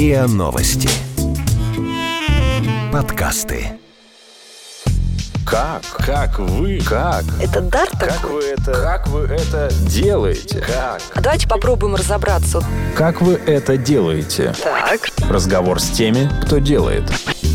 РИА Новости. Подкасты. Как вы? Это дар такой? Как вы это делаете? Как? А давайте попробуем разобраться. Как вы это делаете? Так. Разговор с теми, кто делает.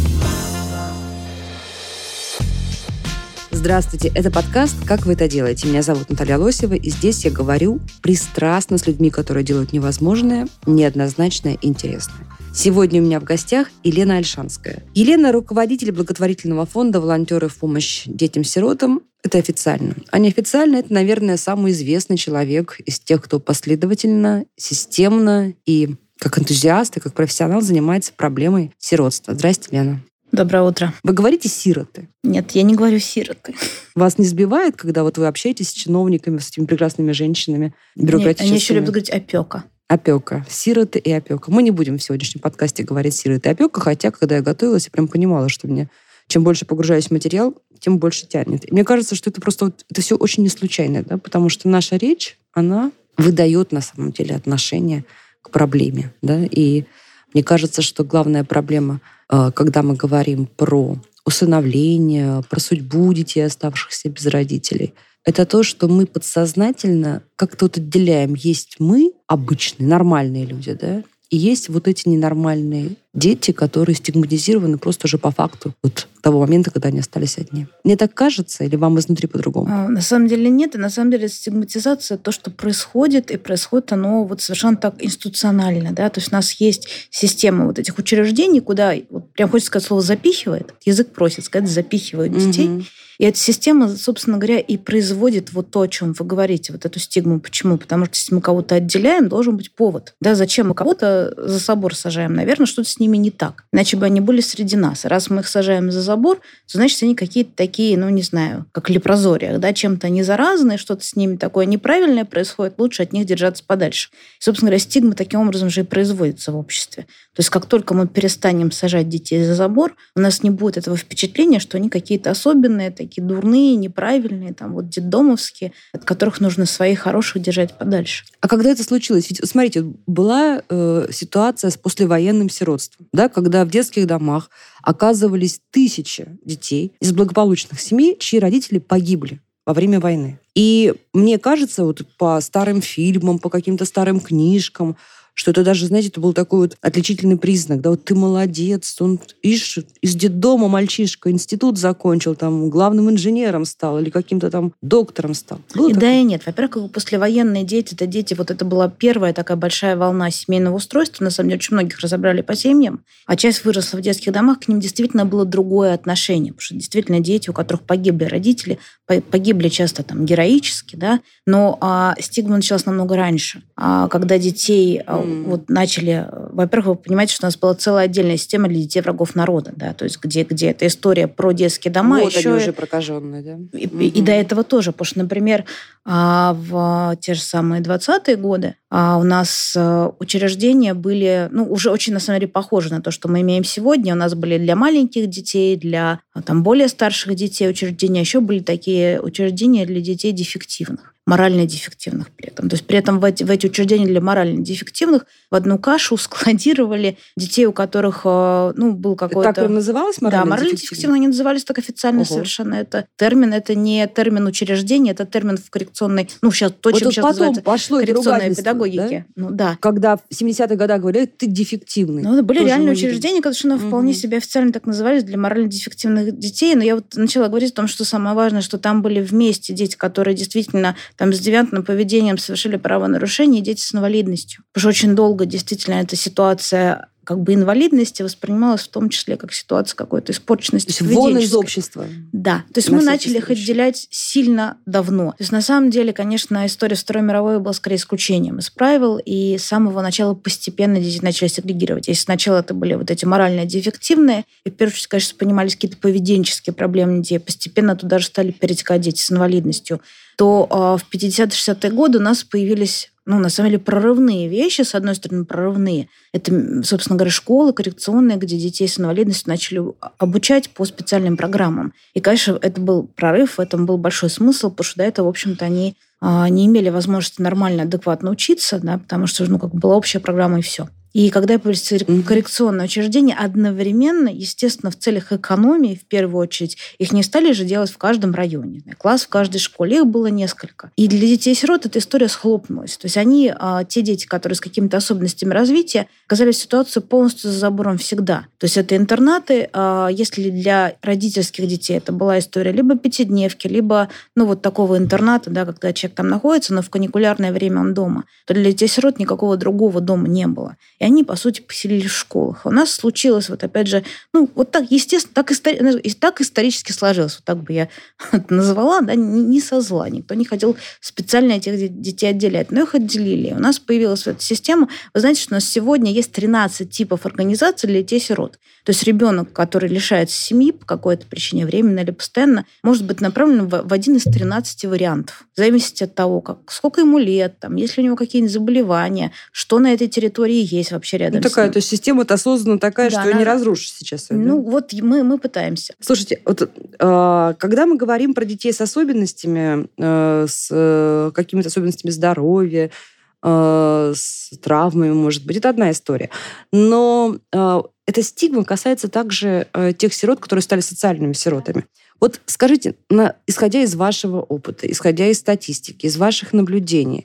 Здравствуйте, это подкаст «Как вы это делаете?». Меня зовут Наталья Лосева, и здесь я говорю пристрастно с людьми, которые делают невозможное, неоднозначное и интересное. Сегодня у меня в гостях Елена Ольшанская. Елена – руководитель благотворительного фонда «Волонтеры в помощь детям-сиротам». Это официально. А неофициально – это, наверное, самый известный человек из тех, кто последовательно, системно и как энтузиаст, и как профессионал занимается проблемой сиротства. Здрасте, Лена. Доброе утро. Вы говорите «сироты»? Нет, я не говорю «сироты». Вас не сбивает, когда вот вы общаетесь с чиновниками, с этими прекрасными женщинами, бюрократическими? Они еще любят говорить «опека». Опека. Сироты и опека. Мы не будем в сегодняшнем подкасте говорить «сироты и опека», хотя, когда я готовилась, я прям понимала, что мне чем больше погружаюсь в материал, тем больше тянет. И мне кажется, что это просто это все очень не случайно, да? Потому что наша речь, она выдает на самом деле отношение к проблеме. Да? И мне кажется, что главная проблема, когда мы говорим про усыновление, про судьбу детей, оставшихся без родителей, это то, что мы подсознательно как-то вот отделяем. Есть мы, обычные, нормальные люди, да, и есть вот эти ненормальные дети, которые стигматизированы просто уже по факту вот того момента, когда они остались одни. Мне так кажется, или вам изнутри по-другому? На самом деле нет. И на самом деле стигматизация, то, что происходит, и происходит оно вот совершенно так институционально. Да? То есть у нас есть система вот этих учреждений, куда, вот, прям хочется сказать слово «запихивает», язык просит сказать «запихивают детей». Угу. И эта система, собственно говоря, и производит вот то, о чем вы говорите, вот эту стигму. Почему? Потому что если мы кого-то отделяем, должен быть повод. Да, зачем мы кого-то за забор сажаем? Наверное, что-то с ними не так. Иначе бы они были среди нас. Раз мы их сажаем за забор, то значит, они какие-то такие, ну, не знаю, как лепрозория, да, чем-то они заразные, что-то с ними такое неправильное происходит, лучше от них держаться подальше. И, собственно говоря, стигма таким образом же и производится в обществе. То есть как только мы перестанем сажать детей за забор, у нас не будет этого впечатления, что они какие-то особенные, такие дурные, неправильные, там вот детдомовские, от которых нужно своих хороших держать подальше. А когда это случилось? Ведь, смотрите, была ситуация с послевоенным сиротством, да, когда в детских домах оказывались тысячи детей из благополучных семей, чьи родители погибли во время войны. И мне кажется, вот по старым фильмам, по каким-то старым книжкам, что это даже, знаете, это был такой вот отличительный признак. Да, вот ты молодец, он, видишь, из детдома мальчишка институт закончил, там, главным инженером стал или каким-то там доктором стал. И да, и нет. Во-первых, как послевоенные дети, вот это была первая такая большая волна семейного устройства. На самом деле, очень многих разобрали по семьям, а часть выросла в детских домах, к ним действительно было другое отношение, потому что действительно дети, у которых погибли родители, погибли часто там героически, да, но стигма началась намного раньше, когда детей вот начали... Во-первых, вы понимаете, что у нас была целая отдельная система для детей врагов народа, да, то есть где эта история про детские дома. Вот еще они уже прокаженные, да? И до этого тоже, потому что, например, в те же самые 20-е годы у нас учреждения были, ну, уже очень, на самом деле, похожи на то, что мы имеем сегодня. У нас были для маленьких детей, для там, более старших детей учреждения, еще были такие учреждения для детей дефективных, морально дефективных при этом. То есть при этом в эти учреждения для морально дефективных в одну кашу складировали детей, у которых был какой-то... Так и называлось морально дефективно? Да, морально дефективно они назывались так официально. Ого. Совершенно. Это термин, это не термин учреждения, это термин в коррекционной... Ну, сейчас то, вот чем сейчас называется пошло коррекционной педагогике. Да? Ну, да. Когда в 70-х годах говорили, ты дефективный. Ну, это были реальные учреждения, которые вполне себе официально так назывались для морально дефективных детей. Но я вот начала говорить о том, что самое важное, что там были вместе дети, которые действительно там с девиантным поведением совершили правонарушения, и дети с инвалидностью. Потому что очень долго действительно эта ситуация как бы инвалидности воспринималась в том числе как ситуация какой-то испорченности поведенческой. Вон из общества. Да. То есть мы начали их отделять сильно давно. То есть на самом деле, конечно, история Второй мировой была скорее исключением из правил, и с самого начала постепенно дети начали сегрегировать. Если сначала это были вот эти морально дефективные, и в первую очередь, конечно, понимались какие-то поведенческие проблемы детей, постепенно туда же стали перетекать дети с инвалидностью, то в 50-60-е годы у нас появились на самом деле, прорывные вещи. С одной стороны, прорывные. Это, собственно говоря, школы коррекционные, где детей с инвалидностью начали обучать по специальным программам. И, конечно, это был прорыв, в этом был большой смысл, потому что до этого, в общем-то, они не имели возможности нормально, адекватно учиться, да, потому что была общая программа и все. И когда появились коррекционные учреждения, одновременно, естественно, в целях экономии, в первую очередь, их не стали же делать в каждом районе. Класс в каждой школе, их было несколько. И для детей-сирот эта история схлопнулась. То есть они, те дети, которые с какими-то особенностями развития, оказались в ситуации полностью за забором всегда. То есть это интернаты. Если для родительских детей это была история либо пятидневки, либо вот такого интерната, да, когда человек там находится, но в каникулярное время он дома, то для детей-сирот никакого другого дома не было. И они, по сути, поселились в школах. У нас случилось, опять же, так, естественно, так исторически сложилось. Вот так бы я это назвала, да, не со зла. Никто не хотел специально этих детей отделять, но их отделили. У нас появилась эта система. Вы знаете, что у нас сегодня есть 13 типов организаций для детей-сирот. То есть ребенок, который лишается семьи по какой-то причине, временно или постоянно, может быть направлен в один из 13 вариантов. В зависимости от того, сколько ему лет, есть ли у него какие-нибудь заболевания, что на этой территории есть вообще рядом с ним. То есть система-то осознанно такая, да, что не разрушишь сейчас. Мы пытаемся. Слушайте, когда мы говорим про детей с особенностями, с какими-то особенностями здоровья, с травмами, может быть, это одна история. Но эта стигма касается также тех сирот, которые стали социальными сиротами. Вот скажите, исходя из вашего опыта, исходя из статистики, из ваших наблюдений,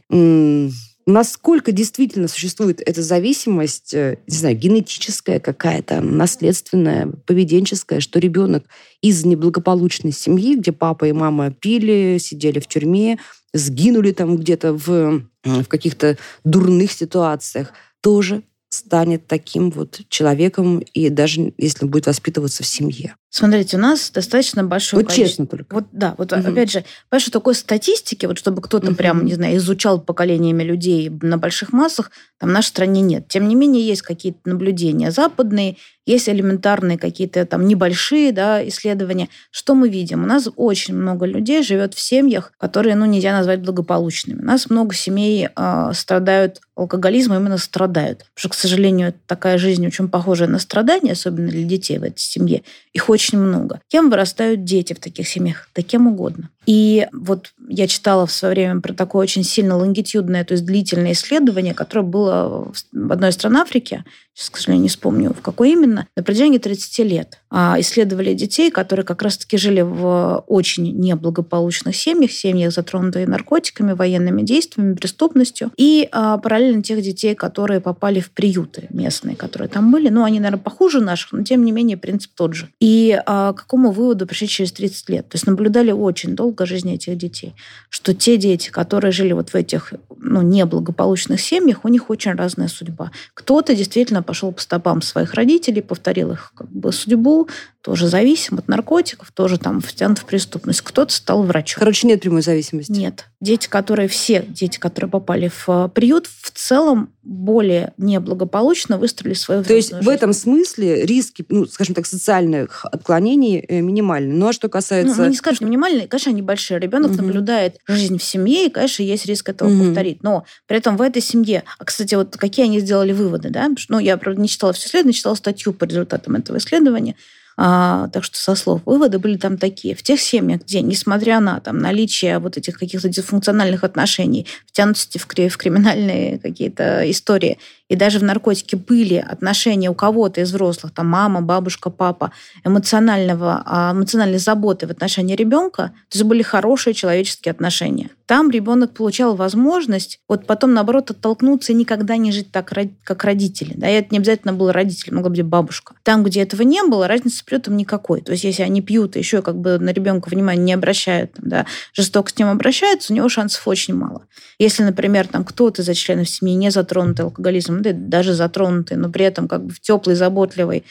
насколько действительно существует эта зависимость, не знаю, генетическая какая-то, наследственная, поведенческая, что ребенок из неблагополучной семьи, где папа и мама пили, сидели в тюрьме, сгинули там где-то в каких-то дурных ситуациях, тоже станет таким человеком, и даже если он будет воспитываться в семье. Смотрите, у нас достаточно большое количество... честно только. Опять же, понимаешь, что такое статистики, чтобы кто-то прямо, не знаю, изучал поколениями людей на больших массах, в нашей стране нет. Тем не менее, есть какие-то наблюдения западные, есть элементарные какие-то небольшие, да, исследования. Что мы видим? У нас очень много людей живет в семьях, которые, нельзя назвать благополучными. У нас много семей страдают алкоголизмом, именно страдают. Потому что, к сожалению, такая жизнь очень похожая на страдания, особенно для детей в этой семье. Их очень много. Кем вырастают дети в таких семьях? Да кем угодно. И я читала в свое время про такое очень сильно лонгитюдное, то есть длительное исследование, которое было в одной из стран Африки, сейчас, к сожалению, не вспомню, в какой именно, на протяжении 30 лет. Исследовали детей, которые как раз-таки жили в очень неблагополучных семьях, затронутые наркотиками, военными действиями, преступностью, и параллельно тех детей, которые попали в приюты местные, которые там были. Они, наверное, похуже наших, но, тем не менее, принцип тот же. И к какому выводу пришли через 30 лет? То есть наблюдали очень долго жизни этих детей, что те дети, которые жили в этих неблагополучных семьях, у них очень разная судьба. Кто-то действительно пошел по стопам своих родителей, повторил их судьбу, тоже зависим от наркотиков, тоже втянут в преступность. Кто-то стал врачом. Короче, нет прямой зависимости. Нет. Все дети, которые попали в приют, в целом более неблагополучно выстроили свою То есть жизнь. В этом смысле риски, скажем так, социальных отклонений минимальны. Ну, а что касается... не скажешь минимальные, конечно, они большие. Ребенок наблюдает жизнь в семье, и, конечно, есть риск этого повторить. Но при этом в этой семье... кстати, какие они сделали выводы, да? Я, правда, не читала все исследования, читала статью по результатам этого исследования. Так что со слов выводы были там такие. В тех семьях, где, несмотря на наличие этих каких-то дисфункциональных отношений, втянутости в криминальные какие-то истории, и даже в наркотики были отношения у кого-то из взрослых, мама, бабушка, папа, эмоциональной заботы в отношении ребенка, то есть были хорошие человеческие отношения. Там ребенок получал возможность потом, наоборот, оттолкнуться и никогда не жить так, как родители. Да? И это не обязательно был родитель, могла быть бабушка. Там, где этого не было, разницы с приютом никакой. То есть если они пьют, еще на ребенка внимания не обращают, жестоко с ним обращаются, у него шансов очень мало. Если, например, кто-то из членов семьи не затронутый алкоголизмом, да, даже затронутый, но при этом в теплой, заботливой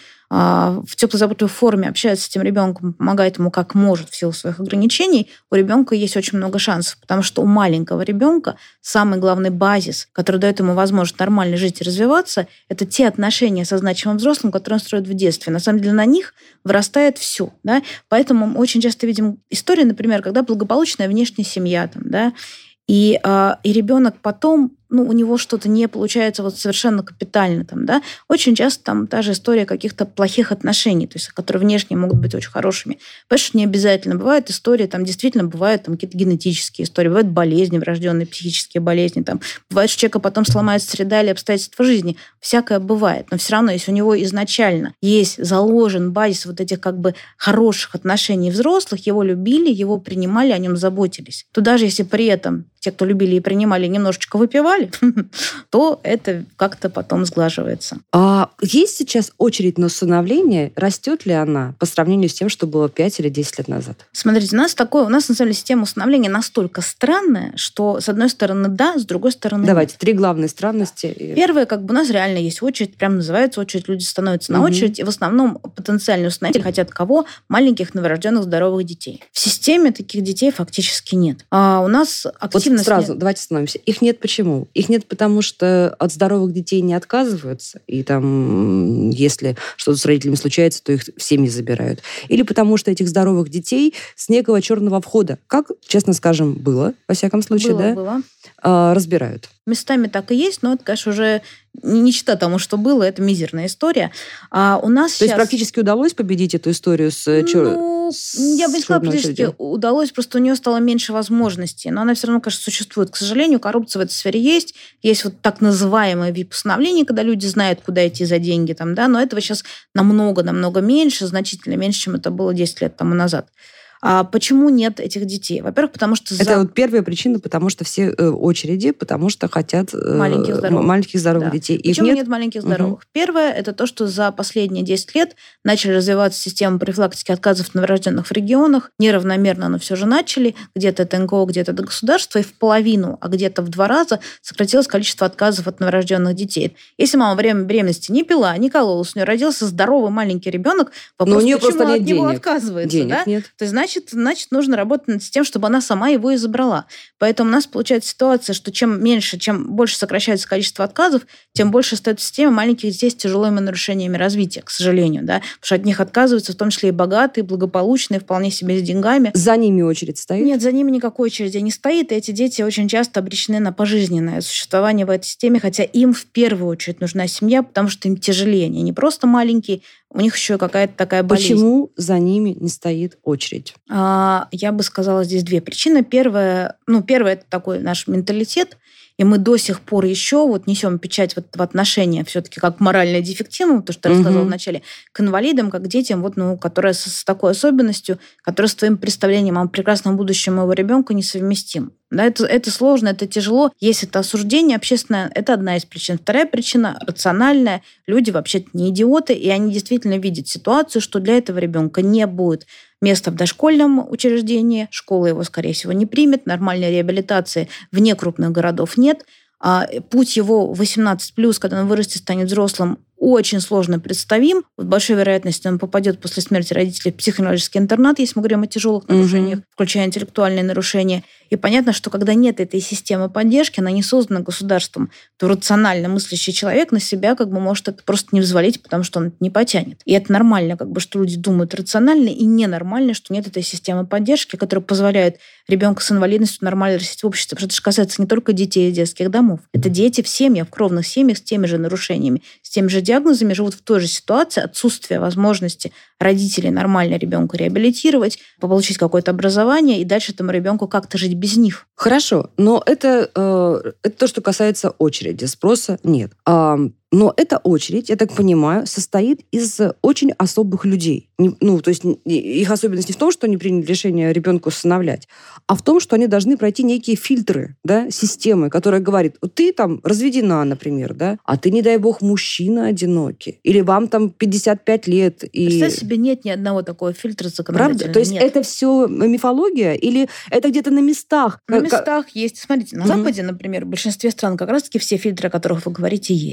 форме общается с этим ребенком, помогает ему как может в силу своих ограничений, у ребенка есть очень много шансов, потому что у маленького ребенка самый главный базис, который дает ему возможность нормально жить и развиваться, это те отношения со значимым взрослым, которые он строит в детстве. На самом деле на них вырастает все. Да? Поэтому мы очень часто видим истории, например, когда благополучная внешняя семья, и ребенок потом у него что-то не получается вот совершенно капитально там, да, очень часто там та же история каких-то плохих отношений, то есть, которые внешне могут быть очень хорошими. Понимаешь, не обязательно. Бывают истории, там действительно бывают там какие-то генетические истории, бывают болезни, врожденные психические болезни, там, бывает, что человека потом сломается среда или обстоятельства жизни. Всякое бывает. Но все равно, если у него изначально есть заложен базис вот этих как бы хороших отношений взрослых, его любили, его принимали, о нем заботились, то даже если при этом те, кто любили и принимали, немножечко выпивали, то это как-то потом сглаживается. А есть сейчас очередь на усыновление? Растет ли она по сравнению с тем, что было 5 или 10 лет назад? Смотрите, у нас на самом деле система усыновления настолько странная, что с одной стороны да, с другой стороны Давайте, нет. 3 главные странности. Первое, как бы у нас реально есть очередь, прям называется очередь, люди становятся на очередь, и в основном потенциальные усыновители хотят кого? Маленьких новорожденных здоровых детей. В системе таких детей фактически нет. А у нас активность... Вот сразу, давайте остановимся. Их нет почему? Их нет потому, что от здоровых детей не отказываются, и там, если что-то с родителями случается, то их в семьи забирают. Или потому, что этих здоровых детей с некого черного входа, как, честно скажем, было, во всяком случае, было. Разбирают. Местами так и есть, но это, конечно, уже не чита тому, что было, это мизерная история. А у нас То есть практически удалось победить эту историю с я бы не сказала, практически удалось, просто у нее стало меньше возможностей. Но она все равно, конечно, существует. К сожалению, коррупция в этой сфере есть. Есть вот так называемое VIP-усыновление, когда люди знают, куда идти за деньги. Там, да? Но этого сейчас намного меньше, значительно меньше, чем это было 10 лет тому назад. А почему нет этих детей? Во-первых, потому что... Это вот первая причина, потому что все очереди, потому что хотят маленьких здоровых детей. Почему нет маленьких здоровых? Первое, это то, что за последние 10 лет начали развиваться системы профилактики отказов новорожденных в регионах. Неравномерно, но все же начали. Где-то это НКО, где-то это государство. И в половину, а где-то в 2 раза сократилось количество отказов от новорожденных детей. Если мама во время беременности не пила, не кололась, у нее родился здоровый маленький ребенок, вопрос, у нее почему просто нет от него денег. отказывается? Денег да? нет. То есть, значит, нужно работать над тем, чтобы она сама его и забрала. Поэтому у нас получается ситуация, что чем больше сокращается количество отказов, тем больше стоит в системе маленьких детей с тяжелыми нарушениями развития, к сожалению. Да? Потому что от них отказываются в том числе и богатые, благополучные, вполне себе с деньгами. За ними очередь стоит? Нет, за ними никакой очереди не стоит, и эти дети очень часто обречены на пожизненное существование в этой системе, хотя им в первую очередь нужна семья, потому что им тяжелее. Они не просто маленькие, у них еще какая-то такая болезнь. Почему за ними не стоит очередь? Я бы сказала, здесь 2 причины. Первая, это такой наш менталитет, и мы до сих пор еще несем печать в отношения все-таки как морально дефективным, то, что я рассказывала вначале, к инвалидам, как к детям, которые с такой особенностью, которые с твоим представлением о прекрасном будущем моего ребенка несовместимы. Да, это сложно, это тяжело. Есть это осуждение общественное, это одна из причин. Вторая причина рациональная. Люди вообще-то не идиоты, и они действительно видят ситуацию, что для этого ребенка не будет места в дошкольном учреждении, школа его, скорее всего, не примет, нормальной реабилитации вне крупных городов нет. А путь его 18+, когда он вырастет, станет взрослым, очень сложно представим. С большой вероятностью он попадет после смерти родителей в психоневрологический интернат, если мы говорим о тяжелых нарушениях, включая интеллектуальные нарушения. И понятно, что когда нет этой системы поддержки, она не создана государством, то рационально мыслящий человек на себя может это просто не взвалить, потому что он это не потянет. И это нормально, что люди думают рационально, и ненормально, что нет этой системы поддержки, которая позволяет ребенку с инвалидностью нормально растить в обществе. Потому что это же касается не только детей из детских домов. Это дети в семьях, в кровных семьях с теми же нарушениями, с теми же диагнозами, живут в той же ситуации, отсутствие возможности родителей нормально ребенка реабилитировать, получить какое-то образование и дальше этому ребенку как-то жить без них. Хорошо, но это то, что касается очереди, спроса нет. Но эта очередь, я так понимаю, состоит из очень особых людей. То есть их особенность не в том, что они приняли решение ребенка усыновлять, а в том, что они должны пройти некие фильтры, да, системы, которая говорит, ты там разведена, например, да, а ты, не дай бог, мужчина одинокий, или вам там 55 лет. Представь себе, нет ни одного такого фильтра законодательного. Правда? То есть нет. это все мифология, или это где-то на местах? На местах есть. Смотрите, на Западе, например, в большинстве стран как раз-таки все фильтры, о которых вы говорите, есть. То есть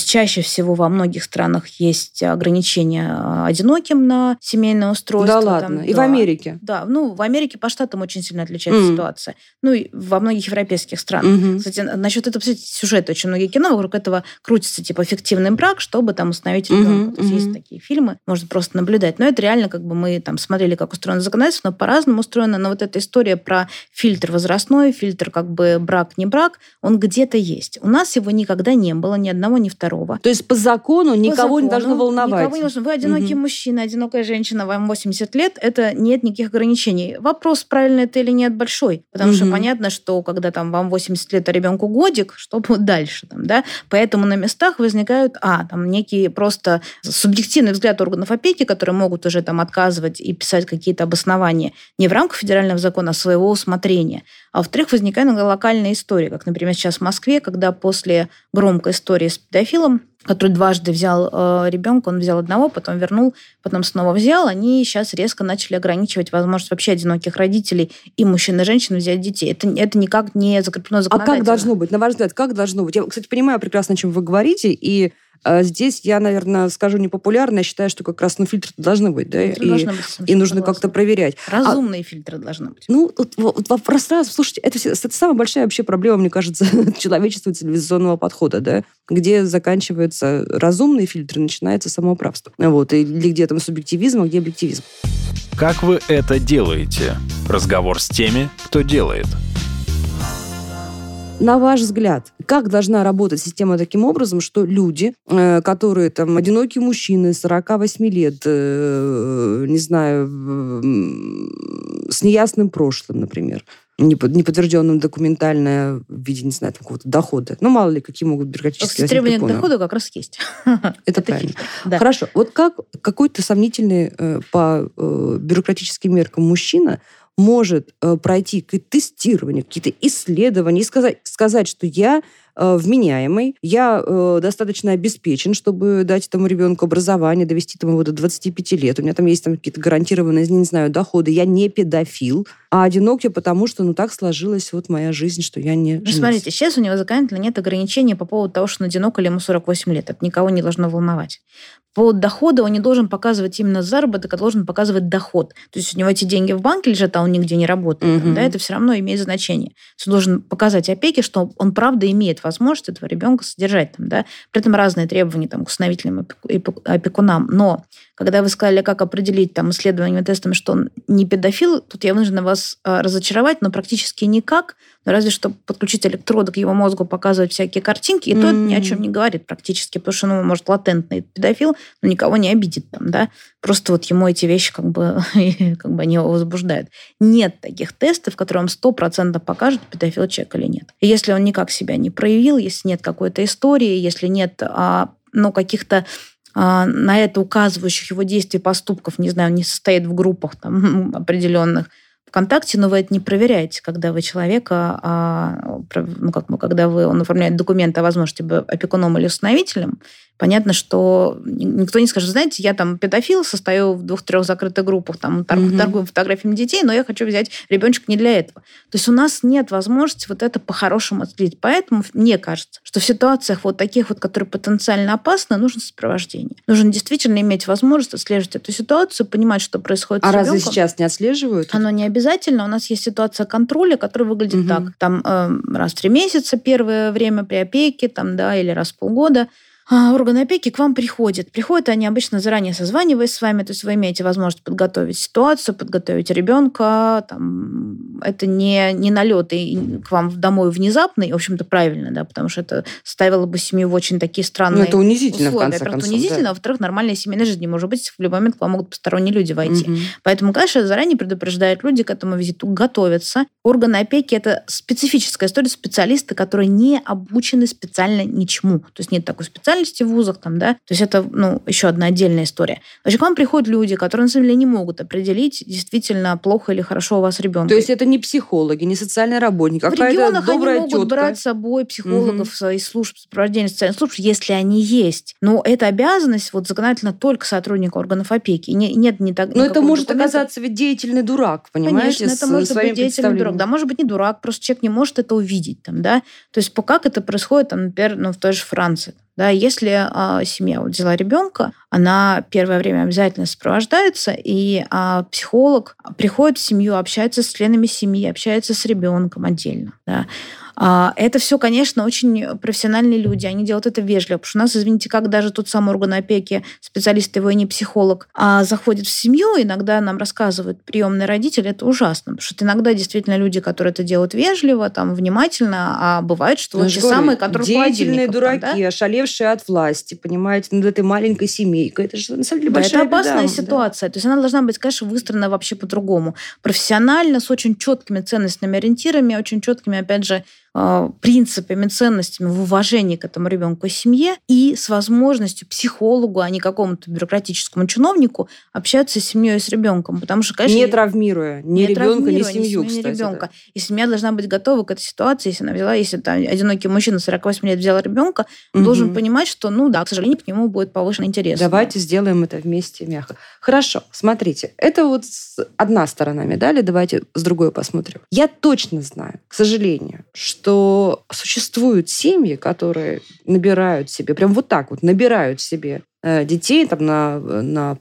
есть чаще всего во многих странах есть ограничения одиноким на семейное устройство. Да ладно, и в Америке? Да, в Америке по штатам очень сильно отличается ситуация. И во многих европейских странах. Кстати, насчет этого, кстати, сюжет очень многие кино вокруг этого крутится, типа фиктивный брак, чтобы там установить ребенка. То есть есть такие фильмы, можно просто наблюдать. Но это реально мы там смотрели, как устроено законодательство, но по-разному устроено. Но вот эта история про фильтр возрастной, фильтр брак, не брак, он где-то есть. У нас его никогда не было, ни одного, ни второго. То есть по закону никого не должно волновать? Никого не должно. Вы одинокий мужчина, одинокая женщина, вам 80 лет, это нет никаких ограничений. Вопрос, правильно это или нет, большой. Потому что понятно, что когда там вам 80 лет, а ребенку годик, что будет дальше? Поэтому на местах возникают там некий просто субъективный взгляд органов опеки, которые могут уже там отказывать и писать какие-то обоснования не в рамках федерального закона, а своего усмотрения. А во-вторых, возникают локальные истории, как, например, сейчас в Москве, когда после громкой истории с педофилом, который дважды взял ребенка, он взял одного, потом вернул, потом снова взял, они сейчас резко начали ограничивать возможность вообще одиноких родителей и мужчин и женщин взять детей. Это никак не закреплено законодательно. А как должно быть? На ваш взгляд, как должно быть? Я, кстати, понимаю прекрасно, о чем вы говорите, и здесь я, наверное, скажу непопулярно, я считаю, что как раз фильтры должны быть, да, и нужно как-то проверять. Разумные фильтры должны быть. Вопрос сразу, слушайте, это самая большая вообще проблема, мне кажется, человечества цивилизационного подхода, да, где заканчиваются разумные фильтры, начинается самоуправство. Или где там субъективизм, а где объективизм. Как вы это делаете? Разговор с теми, кто делает. На ваш взгляд, как должна работать система таким образом, что люди, которые там одинокие мужчины 48 лет, не знаю, с неясным прошлым, например, неподтвержденным документально в виде, не знаю, какого-то дохода. Мало ли, какие могут бюрократические... Требования к доходу как раз есть. Это правильно. Да. Хорошо. Как какой-то сомнительный по бюрократическим меркам мужчина может пройти какие-то тестирования, какие-то исследования и сказать, что я вменяемый, я достаточно обеспечен, чтобы дать этому ребенку образование, довести его до 25 лет. У меня там есть какие-то гарантированные, не знаю, доходы. Я не педофил, а одинок я потому, что так сложилась моя жизнь, что я не женился. Смотрите, сейчас у него законодательно нет ограничений по поводу того, что он одинок или ему 48 лет. Это никого не должно волновать. По поводу дохода он не должен показывать именно заработок, а должен показывать доход. То есть у него эти деньги в банке лежат, а он нигде не работает. Это все равно имеет значение. То есть он должен показать опеке, что он правда имеет возможность этого ребенка содержать. При этом разные требования к усыновителям и опекунам. Но когда вы сказали, как определить исследованиями, тестами, что он не педофил, тут я вынуждена вас разочаровать, но практически никак. Разве что подключить электроды к его мозгу, показывать всякие картинки, и то это ни о чем не говорит практически, потому что, может, латентный педофил, но никого не обидит да. Просто ему эти вещи они его возбуждают. Нет таких тестов, которые вам 100% покажут, педофил человек или нет. И если он никак себя не проявил, если нет какой-то истории, если нет каких-то на это указывающих его действий, поступков, не знаю, не состоит в группах определенных ВКонтакте, но вы это не проверяете, когда вы человека, когда он оформляет документы о возможности быть опекуном или усыновителем. Понятно, что никто не скажет, знаете, я педофил, состою в 2-3 закрытых группах, торгую фотографиями детей, но я хочу взять ребеночка не для этого. То есть у нас нет возможности это по-хорошему отследить. Поэтому мне кажется, что в ситуациях таких, которые потенциально опасны, нужно сопровождение. Нужно действительно иметь возможность отслеживать эту ситуацию, понимать, что происходит с ребенком. А разве сейчас не отслеживают? Оно не обязательно. У нас есть ситуация контроля, которая выглядит так. Раз в 3 месяца первое время при опеке, или раз в полгода. Органы опеки к вам приходят. Приходят они обычно заранее созваниваясь с вами, то есть вы имеете возможность подготовить ситуацию, подготовить ребенка. Это не налет и к вам домой внезапный, в общем-то, правильно, да, потому что это ставило бы семью в очень такие странные это унизительно, условия. В конце концов, унизительно, да. А во-вторых, нормальная семейная жизнь не может быть, в любой момент к вам могут посторонние люди войти. Поэтому, конечно, заранее предупреждают люди к этому визиту, готовятся. Органы опеки – это специфическая история, специалисты, которые не обучены специально ничему. То есть нет такой специальности в вузах, да. То есть это, еще одна отдельная история. Значит, к вам приходят люди, которые, на самом деле, не могут определить, действительно плохо или хорошо у вас ребенок. То есть это не психологи, не социальный работник, а какая-то добрая тетка. В регионах они могут брать с собой психологов из служб сопровождения социальных служб, если они есть. Но это обязанность законодательно только сотрудника органов опеки. Но это может оказаться ведь деятельный дурак, понимаете? Конечно, это может быть деятельный дурак. Да, может быть, не дурак, просто человек не может это увидеть. Да? То есть как это происходит, например, в той же Франции. Да, если семья взяла ребенка, она первое время обязательно сопровождается, и психолог приходит в семью, общается с членами семьи, общается с ребенком отдельно. Да. Это все, конечно, очень профессиональные люди. Они делают это вежливо. Потому что у нас, извините, как даже тот самый орган опеки, специалист его и не психолог, заходит в семью, иногда нам рассказывают приемные родители, это ужасно. Потому что иногда действительно люди, которые это делают вежливо, там, внимательно, а бывает, что вот те самые, которые деятельные дураки, да? Ошалевшие от власти, понимаете, над этой маленькой семейкой. Это же, на самом деле, большая это опасная беда, ситуация. Да. То есть она должна быть, конечно, выстроена вообще по-другому. Профессионально, с очень четкими ценностными ориентирами, очень четкими, опять же, принципами, ценностями в уважении к этому ребенку и семье, и с возможностью психологу, а не какому-то бюрократическому чиновнику общаться с семьей и с ребенком. Потому что, конечно, не травмируя ни ребенка, ни семью, кстати. Ребенка. Да. И семья должна быть готова к этой ситуации. Если она взяла, если там одинокий мужчина 48 лет взял ребенка, он должен понимать, что, к сожалению, к нему будет повышен интерес. Давайте сделаем это вместе мягко. Хорошо, смотрите, это вот одна сторона медали, давайте с другой посмотрим. Я точно знаю, к сожалению, что существуют семьи, которые набирают себе, прям вот так вот, набирают себе детей там, на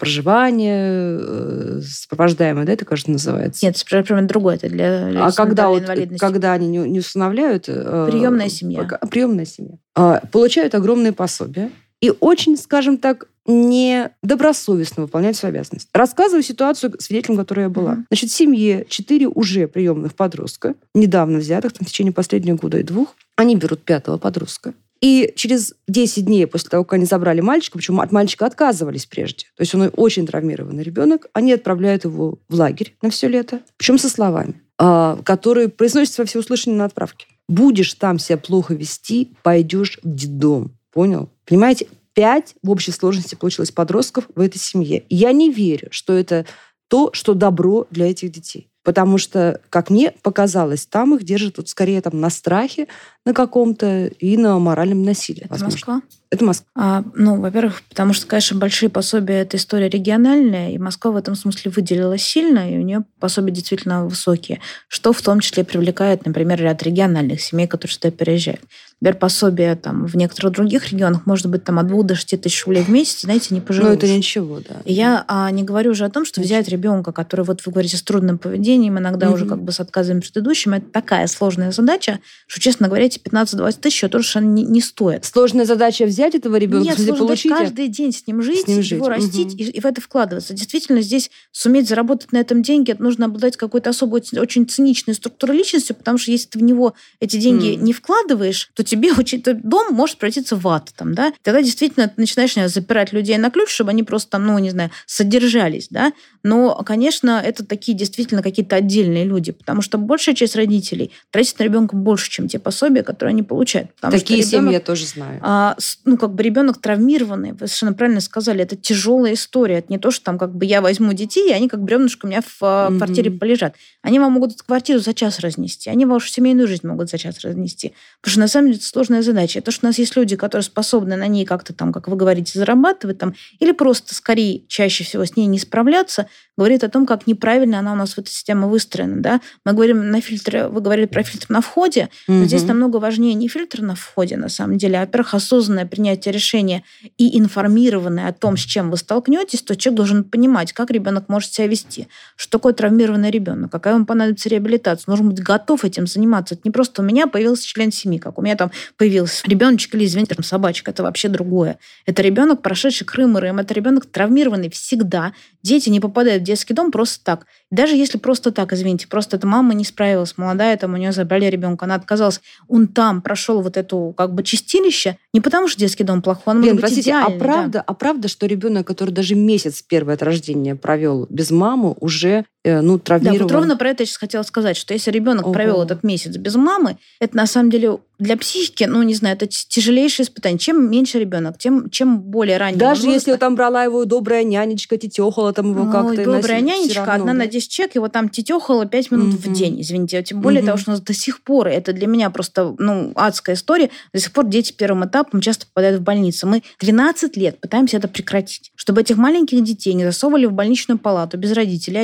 проживание сопровождаемое, да, это, кажется, называется? Нет, сопровождаемое другое, это для инвалидности. Когда они не усыновляют... Приемная семья. Приемная семья. Получают огромные пособия и очень, скажем так, недобросовестно выполняют свои обязанности. Рассказываю ситуацию, свидетелем которой я была. Значит, в семье 4 уже приемных подростка, недавно взятых, в течение последнего года и 2, они берут 5-го подростка. И через 10 дней после того, как они забрали мальчика, причем от мальчика отказывались прежде, то есть он очень травмированный ребенок, они отправляют его в лагерь на все лето, причем со словами, которые произносятся во всеуслышание на отправке. Будешь там себя плохо вести, пойдешь в детдом. Понял? Понимаете? 5 в общей сложности получилось подростков в этой семье. Я не верю, что это то, что добро для этих детей. Потому что, как мне показалось, там их держат вот скорее там, на страхе на каком-то и на моральном насилии. Это возможно. Москва? Это Москва. Во-первых, потому что, конечно, большие пособия – это история региональная, и Москва в этом смысле выделилась сильно, и у нее пособия действительно высокие, что в том числе привлекает, например, ряд региональных семей, которые сюда переезжают. Например, пособие там, в некоторых других регионах может быть там, от 2 до 6 тысяч рублей в месяц, знаете, не пожалуйста. Ну, это ничего, да. И я не говорю уже о том, что взять ребенка, который, вот вы говорите, с трудным поведением, иногда уже как бы с отказами предыдущим, это такая сложная задача, что, честно говоря, эти 15-20 тысяч тоже совершенно не стоит. Сложная задача взять этого ребенка, нет, сложно получить, каждый день с ним жить, его растить и в это вкладываться. Действительно, здесь суметь заработать на этом деньги, это нужно обладать какой-то особой, очень циничной структурой личности, потому что если ты в него эти деньги не вкладываешь, то тебе дом может превратиться в ад. Там, да? Тогда действительно ты начинаешь запирать людей на ключ, чтобы они просто там, содержались. Да? Но, конечно, это такие действительно какие-то отдельные люди, потому что большая часть родителей тратит на ребенка больше, чем те пособия, которые они получают. Такие семьи я тоже знаю. Ребенок травмированный, вы совершенно правильно сказали, это тяжелая история. Это не то, что там я возьму детей, и они как бревнышко у меня в квартире полежат. Они вам могут эту квартиру за час разнести, они вашу семейную жизнь могут за час разнести. Потому что на самом деле это сложная задача. Это что у нас есть люди, которые способны на ней как-то там, как вы говорите, зарабатывать там, или просто скорее чаще всего с ней не справляться, говорит о том, как неправильно она у нас в этой системе выстроена. Да? Мы говорим на фильтры, вы говорили про фильтр на входе, но здесь намного важнее не фильтр на входе, на самом деле, а, во-первых, осознанное принятие решения и информированное о том, с чем вы столкнетесь, то человек должен понимать, как ребенок может себя вести, что такое травмированный ребенок, какая ему понадобится реабилитация. Он должен быть готов этим заниматься. Это не просто у меня появился член семьи, как у меня там появился ребеночек или, извините, там, собачка. Это вообще другое. Это ребенок, прошедший Крым и Рым. Это ребенок травмированный всегда. Дети не попадают в детский дом просто так. Даже если просто так, извините, просто эта мама не справилась, молодая, там у нее забрали ребенка, она отказалась. Он там прошел вот эту чистилище, не потому что детский дом плохой, он может быть идеальный. Правда, что ребенок, который даже месяц первый от рождения провел без мамы, уже травмирован? Да, вот ровно про это я сейчас хотела сказать, что если ребенок провел этот месяц без мамы, это на самом деле для психики, это тяжелейшее испытание. Чем меньше ребенок, чем более ранний. Даже если там брала его добрая нянечка, тетехала там его как-то. Добрая нянечка, равно, одна на 10 человек, его там тетехала 5 минут в день, извините. Тем более того, что у нас до сих пор, это для меня просто адская история, до сих пор дети первым этапом часто попадают в больницу. Мы 12 лет пытаемся это прекратить, чтобы этих маленьких детей не засовывали в больничную палату без родителей одних. Вот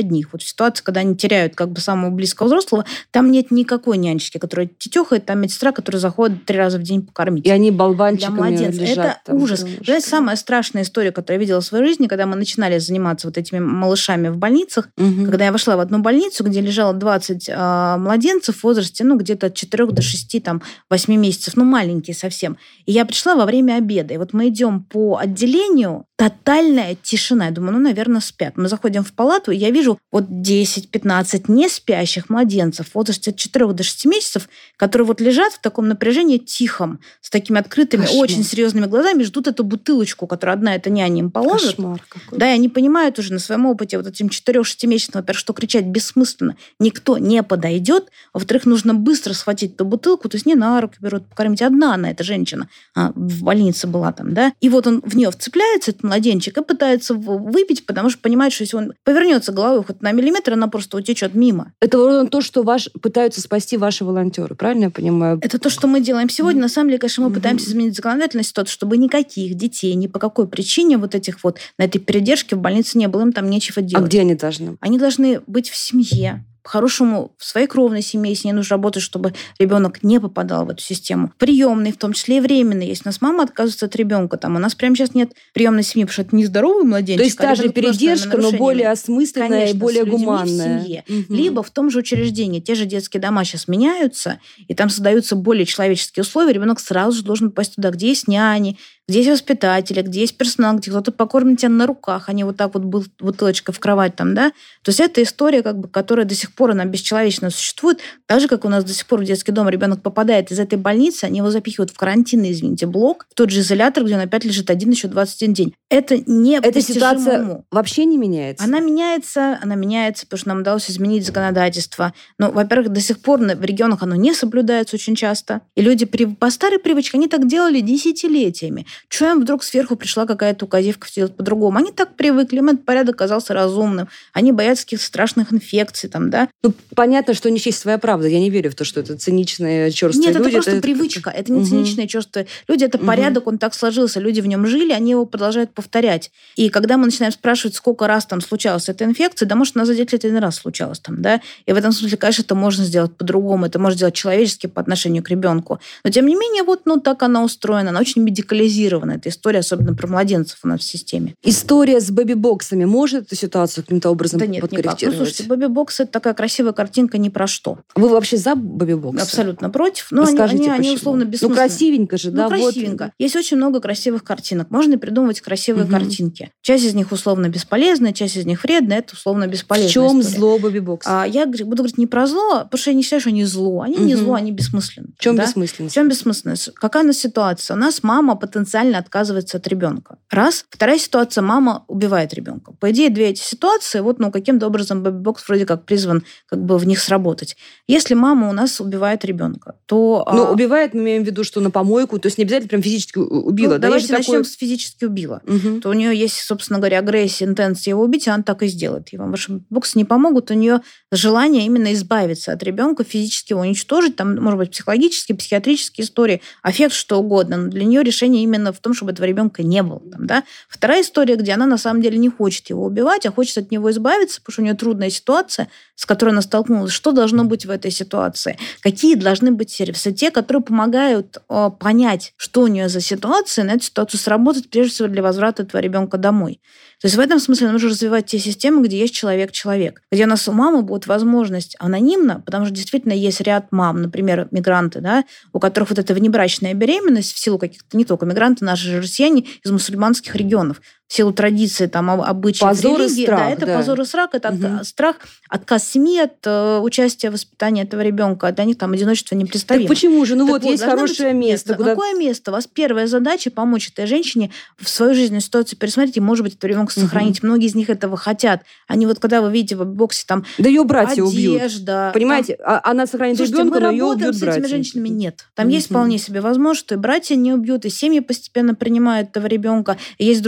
ситуации, когда они теряют как бы самого близкого взрослого, там нет никакой нянечки, которая тетехает, там медсестра, которая заходит 3 раза в день покормить. И они болванчиками лежат. Это там, ужас. Знаете, самая страшная история, которую я видела в своей жизни, когда мы начинали заниматься вот этими малышами в больницах, когда я вошла в одну больницу, где лежало 20 младенцев в возрасте, где-то от 4 до 6, 8 месяцев, маленькие совсем. И я пришла во время обеда. И вот мы идем по отделению, тотальная тишина. Я думаю, наверное, спят. Мы заходим в палату, и я вижу 10-15 не спящих младенцев в возрасте от 4 до 6 месяцев, которые лежат в таком напряжении тихом, с такими открытыми, Кошмар. очень серьезными глазами, ждут эту бутылочку, которую одна эта няня им положит. Кошмар какой. Да, и они понимают уже на своем опыте этим 4-6-месячным, во-первых, что кричать бессмысленно. Никто не подойдет. Во-вторых, нужно быстро схватить эту бутылку, то есть не на руки берут, покормить. Одна она, эта женщина, в больнице была там, да. И он в нее вцепляется, этот младенчик, и пытается выпить, потому что понимает, что если он повернется головой хоть на миллиметр, она просто утечет мимо. Это то, что пытаются спасти ваши волонтеры, правильно я понимаю? Это то, что мы делаем сегодня. На самом деле, конечно, мы пытаемся изменить законодательную ситуацию, чтобы никаких детей ни по какой причине на этой передержке в больнице не было. Им там нечего делать. А где они должны? Они должны быть в семье. По-хорошему, в своей кровной семье, если не нужно работать, чтобы ребенок не попадал в эту систему. Приемный, в том числе и временный. Если у нас мама отказывается от ребенка, у нас прямо сейчас нет приемной семьи, потому что это нездоровый младенчик. То есть та же передержка, но более осмысленная, конечно, и более с людьми гуманная. В семье. Либо в том же учреждении. Те же детские дома сейчас меняются, и там создаются более человеческие условия. Ребенок сразу же должен попасть туда, где есть няни, где есть воспитатели, где есть персонал, где кто-то покормит тебя на руках, а не бутылочкой в кровать там, да. То есть это история, которая до сих пор, она бесчеловечно существует. Так же, как у нас до сих пор в детский дом ребенок попадает из этой больницы, они его запихивают в карантинный, блок, в тот же изолятор, где он опять лежит еще 21 день. Это не Эта ситуация вообще не меняется? Она меняется, потому что нам удалось изменить законодательство. Но, во-первых, до сих пор в регионах оно не соблюдается очень часто. И люди по старой привычке, они так делали десятилетиями. Чего им вдруг сверху пришла какая-то указивка делать по-другому? Они так привыкли, им этот порядок казался разумным. Они боятся каких-то страшных инфекций, да. Понятно, что у них есть своя правда. Я не верю в то, что это циничные, черствые люди. Нет, это просто привычка. Это не циничные, черствые люди. Это порядок, он так сложился. Люди в нем жили, они его продолжают повторять. И когда мы начинаем спрашивать, сколько раз там случалась эта инфекция, да, может, она за 10 лет один раз случалась там, да. И в этом смысле, конечно, это можно сделать по-другому. Это можно сделать человечески по отношению к ребенку. Но, тем не менее, так она устроена. Она очень медикализирована. Эта история, особенно про младенцев у нас в системе. История с бэби-боксами может эту ситуацию каким-то образом подкорректировать? Никак. Слушайте, бэби-бокс — это такая красивая картинка ни про что. Вы вообще за бэби-боксы? Абсолютно против. Но они условно бессмысленны. Красивенько же, да? Красивенько. Есть очень много красивых картинок. Можно придумывать красивые картинки. Часть из них условно бесполезная, часть из них вредная. Это условно бесполезная. В чем история. зло бэби-бокса? Я буду говорить не про зло, потому что я не считаю, что они зло. Они не зло, они бессмысленны. В чем бессмысленность? В чем бессмысленность? Какая у нас ситуация? У нас мама потенциально отказывается от ребенка. Раз. Вторая ситуация — мама убивает ребенка. По идее, две эти ситуации, каким-то образом бэби-бокс вроде как призван в них сработать. Если мама у нас убивает ребенка, то... убивает, мы имеем в виду, что на помойку, то есть не обязательно прям физически убила. Давайте начнем с физически убила. То у нее есть, собственно говоря, агрессия, интенция его убить, и она так и сделает. И вам ваши боксы не помогут, у нее желание именно избавиться от ребенка, физически его уничтожить, там, может быть, психологические, психиатрические истории, аффект, что угодно. Но для нее решение именно в том, чтобы этого ребенка не было. Там, да? Вторая история, где она на самом деле не хочет его убивать, а хочет от него избавиться, потому что у нее трудная ситуация, с которой она столкнулась. Что должно быть в этой ситуации? Какие должны быть сервисы? Те, которые помогают понять, что у нее за ситуация, на эту ситуацию сработать, прежде всего, для возврата этого ребенка домой. То есть в этом смысле нужно развивать те системы, где есть человек-человек, где у нас у мамы будет возможность анонимно, потому что действительно есть ряд мам, например, мигранты, да, у которых эта внебрачная беременность в силу каких-то, не только мигранты, наши же россияне из мусульманских регионов, в силу традиции, обычаев, позор религии. И страх, да, это позор и страх, это страх, отказ семьи от участия в воспитании этого ребенка. Для них одиночество непредставимо. Так почему же? Есть хорошее место. Какое место? У вас первая задача — помочь этой женщине в свою жизненную ситуацию пересмотреть и, может быть, этого ребенка сохранить. Многие из них этого хотят. Они когда вы видите в боксе да ее братья одежда, убьют. Понимаете, она сохранит ребенка, но ее убьют с братья. этими женщинами нет. Там есть вполне себе возможность, что и братья не убьют, и семьи постепенно принимают этого ребенка. И есть другие форматы,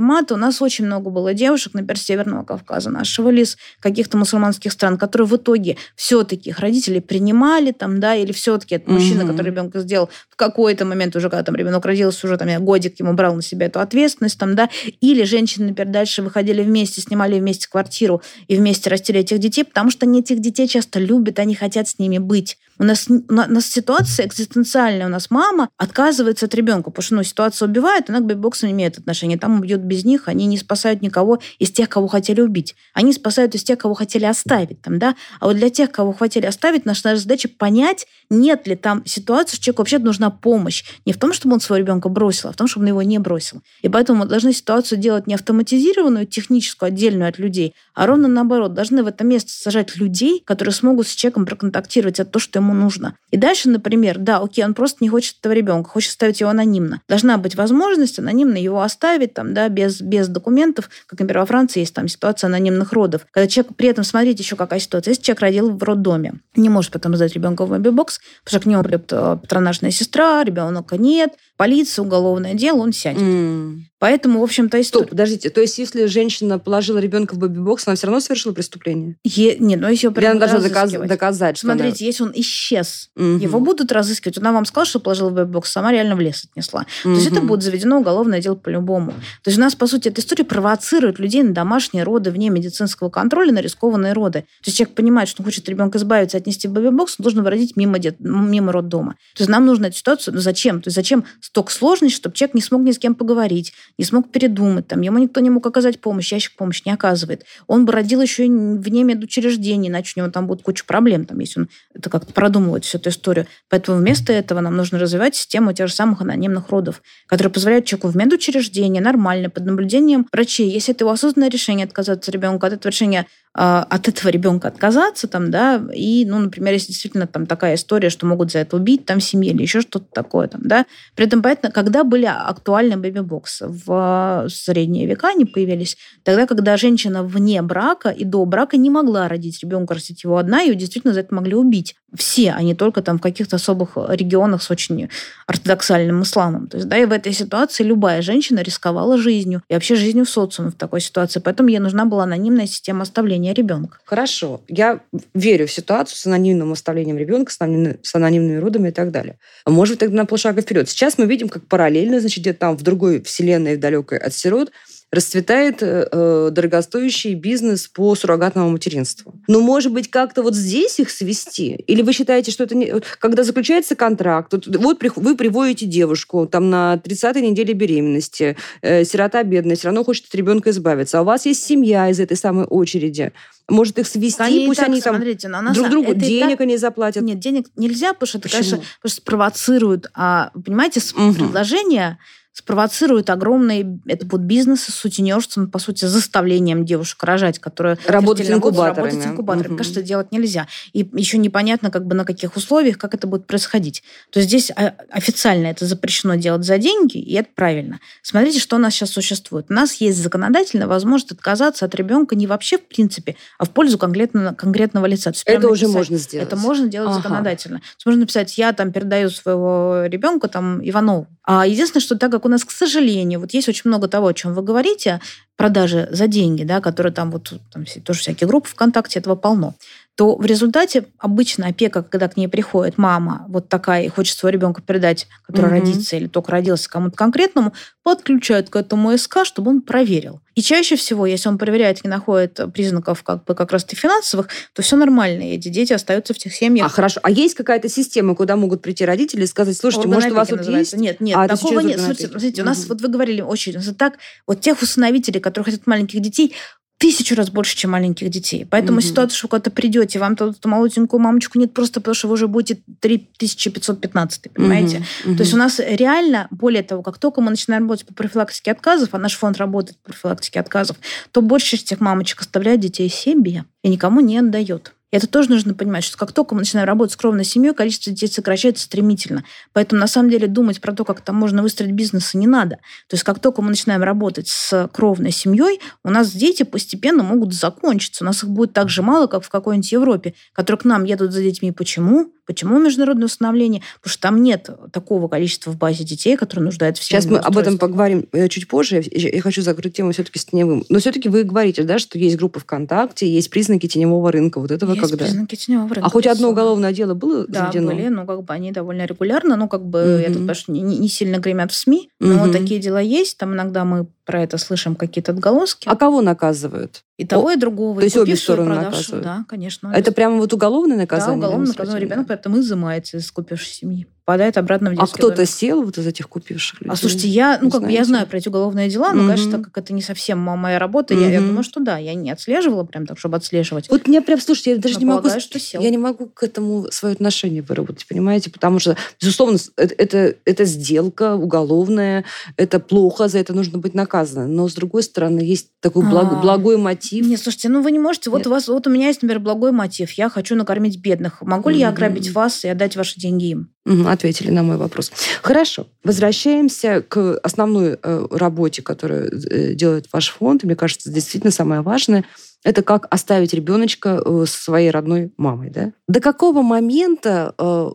форматы. У нас очень много было девушек, например, Северного Кавказа нашего, или из каких-то мусульманских стран, которые в итоге все-таки их родители принимали, там, да, или все-таки этот мужчина, который ребенка сделал в какой-то момент уже, когда там ребенок родился, уже там годик ему брал на себя эту ответственность, там, да, или женщины, например, дальше выходили вместе, снимали вместе квартиру и вместе растили этих детей, потому что они этих детей часто любят, они хотят с ними быть. У нас ситуация экзистенциальная. У нас мама отказывается от ребенка, потому что ситуация убивает, она к бэби-боксам не имеет отношения. Там убьют без них, они не спасают никого из тех, кого хотели убить. Они спасают из тех, кого хотели оставить. Там, да? А вот для тех, кого хотели оставить, наша задача понять, нет ли там ситуации, что человеку вообще нужна помощь. Не в том, чтобы он своего ребенка бросил, а в том, чтобы он его не бросил. И поэтому мы должны ситуацию делать не автоматизированную, техническую, отдельную от людей, а ровно наоборот. Должны в это место сажать людей, которые смогут с человеком проконтактировать от того, что ему нужно. И дальше, например, да, окей, он просто не хочет этого ребенка, хочет оставить его анонимно. Должна быть возможность анонимно его оставить, там, да, без документов, как, например, во Франции есть там ситуация анонимных родов. Когда человек, при этом, смотрите еще какая ситуация. Если человек родил в роддоме, не может потом сдать ребенка в бэби-бокс, потому что к нему придет патронажная сестра, ребенка нет, полиция, уголовное дело, он сядет. Поэтому, в общем-то, история... Стоп, подождите, то есть если женщина положила ребенка в бэби-бокс, она все равно совершила преступление? Нет, но если она должна доказать, что смотрите, если он исчез, его будут разыскивать. Она вам сказала, что положила в бэби-бокс, сама реально в лес отнесла. То есть это будет заведено уголовное дело по-любому. То есть у нас, по сути, эта история провоцирует людей на домашние роды вне медицинского контроля, на рискованные роды. То есть человек понимает, что он хочет ребенка избавиться, отнести в бэби-бокс, он должен родить мимо роддома. То есть нам нужно эту ситуацию... зачем? То есть зачем столько сложностей, чтобы человек не смог ни с кем поговорить, не смог передумать, там, ему никто не мог оказать помощь, ящик помощи не оказывает. Он бы родил еще и вне медучреждений, иначе у него там будет куча проблем, там, если он это как-то продумывает всю эту историю. Поэтому вместо этого нам нужно развивать систему тех же самых анонимных родов, которые позволяют человеку в медучреждении нормально, под наблюдением врачей, если это его осознанное решение отказаться от ребенка, от этого решения от этого ребенка отказаться, там, да, и, например, если действительно там такая история, что могут за это убить там в семье или еще что-то такое, там, да. При этом, понятно, когда были актуальны бэби-боксы? В средние века они появились тогда, когда женщина вне брака и до брака не могла родить ребенка, растить его одна, ее действительно за это могли убить. Все, а не только там в каких-то особых регионах с очень ортодоксальным исламом. То есть, да, и в этой ситуации любая женщина рисковала жизнью и вообще жизнью в социуме в такой ситуации. Поэтому ей нужна была анонимная система оставления ребенка. Хорошо. Я верю в ситуацию с анонимным оставлением ребенка, с анонимными родами и так далее. Может быть, тогда на полшага вперед. Сейчас мы видим, как параллельно, значит, где-то там в другой вселенной, в далекой от сирот, расцветает дорогостоящий бизнес по суррогатному материнству. Но, может быть, как-то вот здесь их свести? Или вы считаете, что это не... Когда заключается контракт, вот вы приводите девушку там на 30-й неделе беременности, сирота бедная, все равно хочет от ребенка избавиться, а у вас есть семья из этой самой очереди. Может, их свести, они пусть так, они там смотрите, друг другу денег они заплатят? Нет, денег нельзя, потому что это, конечно, спровоцирует. Понимаете, предложение спровоцирует огромные... Это будут бизнесы с сутенерством, по сути, заставлением девушек рожать, которые... Работать инкубаторами. Работать инкубаторами. Конечно, это делать нельзя. И еще непонятно, на каких условиях, как это будет происходить. То есть здесь официально это запрещено делать за деньги, и это правильно. Смотрите, что у нас сейчас существует. У нас есть законодательная возможность отказаться от ребенка не вообще в принципе, а в пользу конкретного лица. Это уже можно сделать. Это можно делать законодательно. То есть можно написать, я там передаю своего ребенка там Иванову. А единственное, что так как у нас, к сожалению, вот есть очень много того, о чем вы говорите, продажи за деньги, да, которые там тоже всякие группы ВКонтакте, этого полно, то в результате обычно опека, когда к ней приходит мама вот такая и хочет своего ребенка передать, который родится или только родился кому-то конкретному, подключают к этому СК, чтобы он проверил. И чаще всего, если он проверяет и не находит признаков как раз-таки финансовых, то все нормально, и эти дети остаются в тех семьях. Хорошо. А есть какая-то система, куда могут прийти родители и сказать, слушайте, может, у вас тут есть? Нет, такого нет. Смотрите, у нас, вот вы говорили, очень так, вот тех усыновителей, которые хотят маленьких детей, 1000 раз больше, чем маленьких детей. Поэтому ситуация, что вы куда-то придете, вам эту молоденькую мамочку нет просто потому, что вы уже будете 3515, понимаете? То есть у нас реально, более того, как только мы начинаем работать по профилактике отказов, а наш фонд работает по профилактике отказов, то большая часть этих мамочек оставляет детей себе и никому не отдает. И это тоже нужно понимать, что как только мы начинаем работать с кровной семьей, количество детей сокращается стремительно. Поэтому, на самом деле, думать про то, как там можно выстроить бизнес, не надо. То есть, как только мы начинаем работать с кровной семьей, у нас дети постепенно могут закончиться. У нас их будет так же мало, как в какой-нибудь Европе, которые к нам едут за детьми. Почему? Почему международное усыновление? Потому что там нет такого количества в базе детей, которые нуждаются в Сейчас мы об этом поговорим чуть позже. Я хочу закрыть тему все-таки с теневым. Но все-таки вы говорите, да, что есть группы ВКонтакте, есть признаки теневого рынка. Вот этого есть когда? Признаки теневого рынка. А хоть одно уголовное дело было заведено? Да, были, они довольно регулярно, я тут, конечно, не сильно гремят в СМИ, но вот такие дела есть. Там иногда мы про это слышим какие-то отголоски. А кого наказывают? И того, и другого. То есть обе стороны наказывают? Да, конечно. Это прямо вот уголовное наказание? Да, уголовное наказание. Ребенок поэтому изымается из купившей семьи. Попадает обратно в детский домик. А кто-то сел вот из этих купивших людей? Слушайте, я знаю про эти уголовные дела, но, конечно, так как это не совсем моя работа, я думаю, что да, я не отслеживала прям так, чтобы отслеживать. Вот меня прям, слушайте, я даже я не могу к этому свое отношение выработать, понимаете? Потому что, безусловно, это сделка уголовная, это плохо, за это нужно быть наказано. Но, с другой стороны, есть такой благой мотив. Нет, слушайте, вы не можете. Вот у меня есть, например, благой мотив. Я хочу накормить бедных. Могу ли я ограбить вас и отдать ваши деньги им? Ответили на мой вопрос. Хорошо. Возвращаемся к основной работе, которую делает ваш фонд. И мне кажется, действительно самое важное – это как оставить ребеночка со своей родной мамой. Да? До какого момента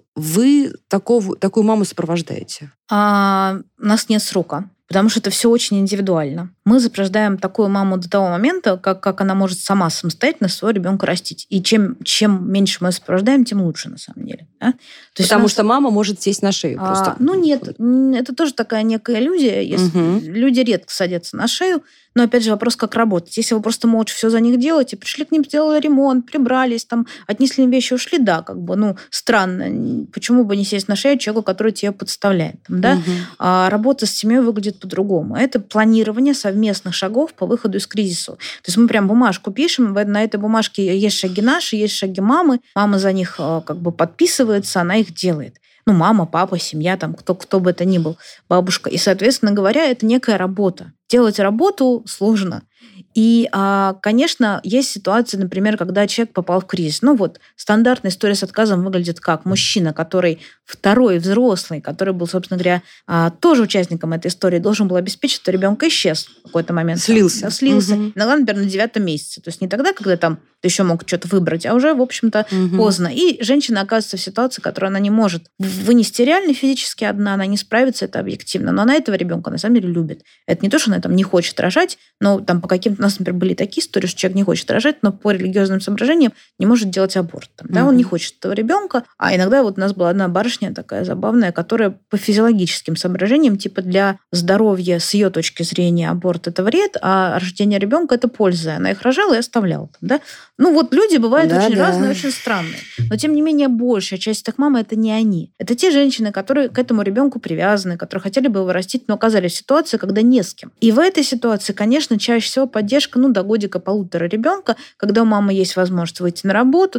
вы такую маму сопровождаете? У нас нет срока. Потому что это все очень индивидуально. Мы сопровождаем такую маму до того момента, как она может сама самостоятельно своего ребенка растить. И чем меньше мы сопровождаем, тем лучше, на самом деле. Да? Потому что мама может сесть на шею просто. Нет, это тоже такая некая иллюзия. Люди редко садятся на шею. Но, опять же, вопрос, как работать. Если вы просто молча все за них делаете, пришли к ним, сделали ремонт, прибрались, отнесли им вещи, ушли, да, странно. Почему бы не сесть на шею человеку, который тебя подставляет? Да? А работа с семьей выглядит по-другому. Это планирование совместных шагов по выходу из кризиса. То есть мы прям бумажку пишем, на этой бумажке есть шаги наши, есть шаги мамы, мама за них подписывается, она их делает. Мама, папа, семья, кто бы это ни был, бабушка. И, соответственно говоря, это некая работа. Делать работу сложно. И, конечно, есть ситуации, например, когда человек попал в кризис. Стандартная история с отказом выглядит как мужчина, который второй взрослый, который был, собственно говоря, тоже участником этой истории, должен был обеспечить, что ребенок исчез в какой-то момент. Слился. Иногда, например, на 9-м месяце. То есть не тогда, когда ты еще мог что-то выбрать, а уже, в общем-то, поздно. И женщина оказывается в ситуации, которую она не может вынести реально физически одна, она не справится, это объективно. Но она этого ребенка на самом деле любит. Это не то, что она не хочет рожать, но по каким-то... У нас, например, были такие истории, что человек не хочет рожать, но по религиозным соображениям не может делать аборт. Он не хочет этого ребенка. А иногда у нас была одна барышня такая забавная, которая по физиологическим соображениям, для здоровья с ее точки зрения аборт это вред, а рождение ребенка это польза. Она их рожала и оставляла. Да? Люди бывают очень разные, очень странные. Но, тем не менее, большая часть этих мам это не они. Это те женщины, которые к этому ребенку привязаны, которые хотели бы его растить, но оказались в ситуации, когда не с кем. И в этой ситуации, конечно, чаще всего поддержка до годика-полутора ребенка, когда у мамы есть возможность выйти на работу,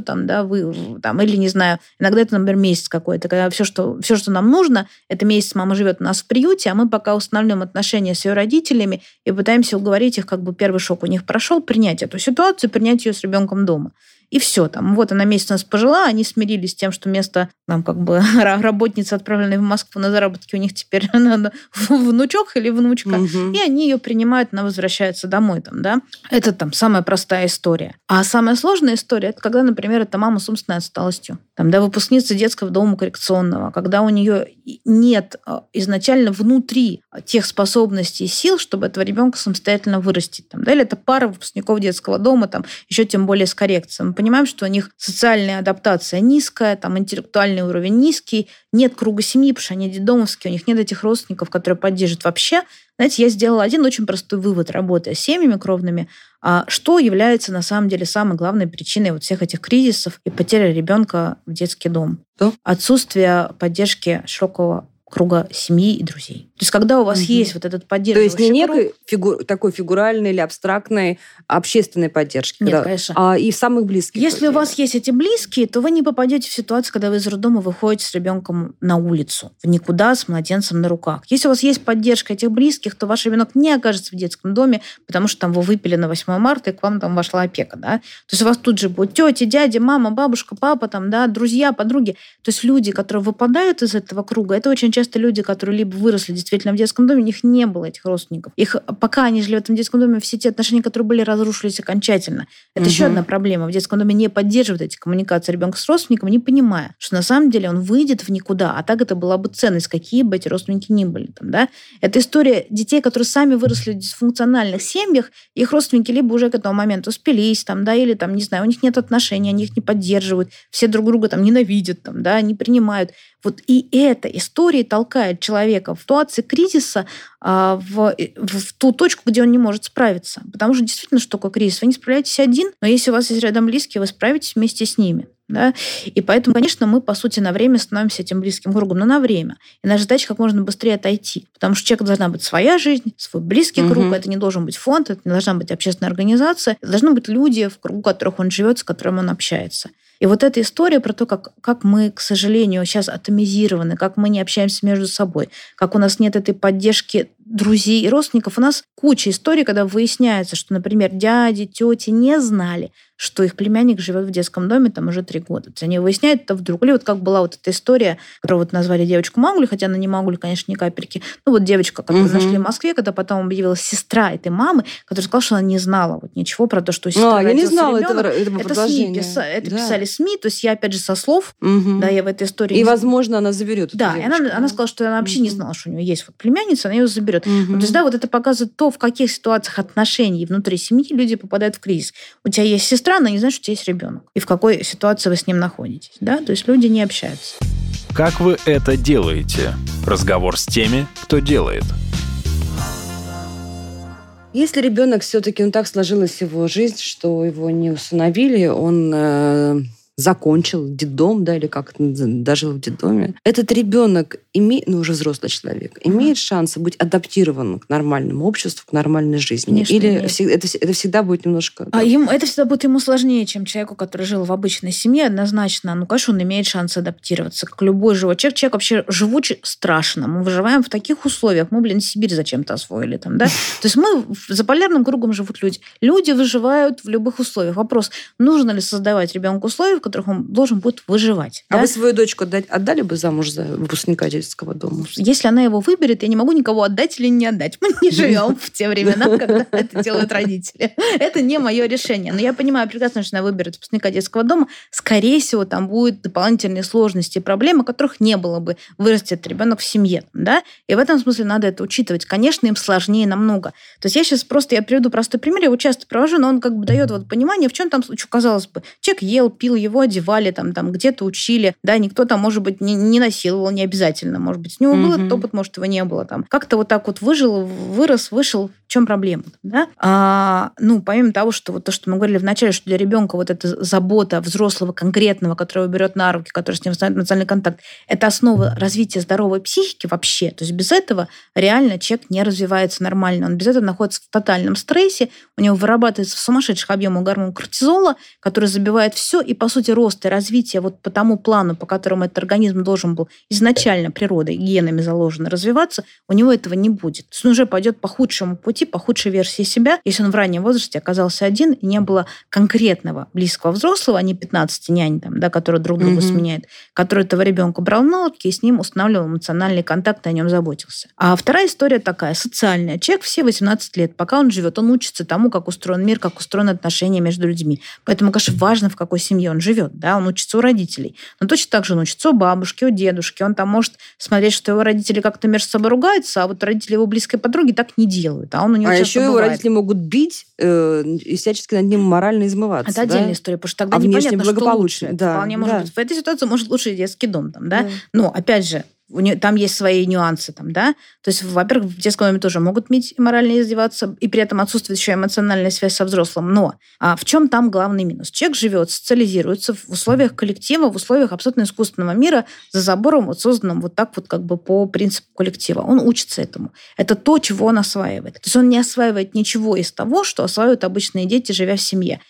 или, не знаю, иногда это, например, месяц какой-то, когда все, что нам нужно, это месяц мама живет у нас в приюте, а мы пока устанавливаем отношения с ее родителями и пытаемся уговорить их, первый шок у них прошел, принять эту ситуацию, принять ее с ребенком дома. И все. Она месяц у нас пожила, они смирились с тем, что вместо работницы, отправленной в Москву на заработки, у них теперь внучок или внучка, и они ее принимают, она возвращается домой. Это самая простая история. А самая сложная история, это когда, например, это мама с умственной отсталостью. Выпускница детского дома коррекционного, когда у нее нет изначально внутри тех способностей и сил, чтобы этого ребенка самостоятельно вырастить. Или это пара выпускников детского дома, еще тем более с коррекцией. Мы понимаем, что у них социальная адаптация низкая, интеллектуальный уровень низкий, нет круга семьи, потому что они детдомовские, у них нет этих родственников, которые поддержат вообще. Знаете, я сделала один очень простой вывод, работая с семьями кровными, что является на самом деле самой главной причиной всех этих кризисов и потери ребенка в детский дом. Что? Отсутствие поддержки широкого круга семьи и друзей. То есть, когда у вас есть этот поддерживающий То есть, не некой такой фигуральной или абстрактной общественной поддержки. Нет, конечно. А и самых близких. Если у вас есть эти близкие, то вы не попадете в ситуацию, когда вы из роддома выходите с ребенком на улицу, в никуда с младенцем на руках. Если у вас есть поддержка этих близких, то ваш ребенок не окажется в детском доме, потому что вы выпили на 8 марта, и к вам вошла опека. Да? То есть у вас тут же будут тети, дяди, мама, бабушка, папа, друзья, подруги. То есть люди, которые выпадают из этого круга, это очень часто часто люди, которые либо выросли действительно в детском доме, у них не было этих родственников. Пока они жили в этом детском доме, все те отношения, которые были, разрушились окончательно. Это еще одна проблема. В детском доме не поддерживают эти коммуникации ребенка с родственником, не понимая, что на самом деле он выйдет в никуда, а так это была бы ценность, какие бы эти родственники ни были. Да? Это история детей, которые сами выросли в дисфункциональных семьях, их родственники либо уже к этому моменту спились, или, не знаю, у них нет отношений, они их не поддерживают, все друг друга ненавидят, не принимают. Вот и эта история толкает человека в ситуации кризиса в ту точку, где он не может справиться. Потому что действительно, что такое кризис? Вы не справляетесь один, но если у вас есть рядом близкие, вы справитесь вместе с ними. Да? И поэтому, конечно, мы, по сути, на время становимся этим близким кругом, но на время. И наша задача как можно быстрее отойти. Потому что у человека должна быть своя жизнь, свой близкий круг. Это не должен быть фонд, это не должна быть общественная организация. Это должны быть люди, в кругу которых он живет, с которыми он общается. И вот эта история про то, как мы, к сожалению, сейчас атомизированы, как мы не общаемся между собой, как у нас нет этой поддержки друзей и родственников. У нас куча историй, когда выясняется, что, например, дяди, тети не знали, что их племянник живет в детском доме уже 3 года. То есть они выясняют это вдруг. Или как была эта история, которую назвали девочку Маугли, хотя она не Маугли, конечно, ни капельки. Девочка, которую нашли в Москве, когда потом объявилась сестра этой мамы, которая сказала, что она не знала ничего про то, что у сестры я не знала ребенок. этого продолжения. Это писали СМИ, то есть я, опять же, со слов, я в этой истории... И, возможно, она заберет. Да, и она сказала, что она вообще не знала, что у нее есть племянница, она ее заберет. То есть, это показывает то, в каких ситуациях отношений внутри семьи люди попадают в кризис. У тебя есть сестра, она не знает, что у тебя есть ребенок. И в какой ситуации вы с ним находитесь. Да? То есть люди не общаются. Как вы это делаете? Разговор с теми, кто делает. Если ребенок все-таки так сложилась его жизнь, что его не усыновили, он закончил детдом, или как дожил в детдоме. Этот ребенок уже взрослый человек, имеет шанс быть адаптированным к нормальному обществу, к нормальной жизни? Конечно, или это всегда будет немножко... Это всегда будет ему сложнее, чем человеку, который жил в обычной семье, однозначно. Конечно, он имеет шанс адаптироваться, как любой живой человек. Человек вообще живучий страшно. Мы выживаем в таких условиях. Мы, Сибирь зачем-то освоили да? То есть за полярным кругом живут люди. Люди выживают в любых условиях. Вопрос, нужно ли создавать ребенку условия, в которых он должен будет выживать. А вы свою дочку отдали бы замуж за выпускника детского дома? Если она его выберет, я не могу никого отдать или не отдать. Мы не живем в те времена, когда это делают родители. Это не мое решение. Но я понимаю прекрасно, что она выберет выпускника детского дома. Скорее всего, там будут дополнительные сложности и проблемы, которых не было бы, вырастет ребенок в семье. Да? И в этом смысле надо это учитывать. Конечно, им сложнее намного. То есть я сейчас я приведу простой пример, я его часто провожу, но он дает понимание, в чем там, казалось бы, человек ел, пил, его одевали, где-то учили, да, никто может быть не насиловал, не обязательно, может быть, у него был этот опыт, может, его не было Как-то выжил, вырос, вышел. В чем проблема? Да? Помимо того, что то, что мы говорили вначале, что для ребенка эта забота взрослого, конкретного, который его берет на руки, который с ним установит эмоциональный контакт, это основа развития здоровой психики вообще. То есть без этого реально человек не развивается нормально. Он без этого находится в тотальном стрессе, у него вырабатывается в сумасшедших объемах гормон кортизола, который забивает все, и, по сути, рост и развитие по тому плану, по которому этот организм должен был изначально природой, генами заложено развиваться, у него этого не будет. То есть он уже пойдет по худшему пути, по худшей версии себя, если он в раннем возрасте оказался один, и не было конкретного близкого взрослого, а не 15 нянь, которые друг друга сменяют, который этого ребенка брал на руки и с ним устанавливал эмоциональный контакт, и о нем заботился. А вторая история такая, социальная. Человек все 18 лет, пока он живет, он учится тому, как устроен мир, как устроены отношения между людьми. Поэтому, конечно, важно, в какой семье он живет. Да? Он учится у родителей. Но точно так же он учится у бабушки, у дедушки. Он может смотреть, что его родители как-то между собой ругаются, а родители его близкой подруги так не делают. А он у него часто еще бывает. Его родители могут бить и всячески над ним морально измываться. Это отдельная история, потому что тогда непонятно, что лучше. Да, вполне может быть. В этой ситуации может лучше детский дом. Да? Но, опять же, там есть свои нюансы. Да? То есть, во-первых, в детском доме тоже могут морально издеваться, и при этом отсутствует еще эмоциональная связь со взрослым. Но в чем там главный минус? Человек живет, социализируется в условиях коллектива, в условиях абсолютно искусственного мира, за забором, созданным по принципу коллектива. Он учится этому. Это то, чего он осваивает. То есть он не осваивает ничего из того, что осваивают обычные дети, живя в семье.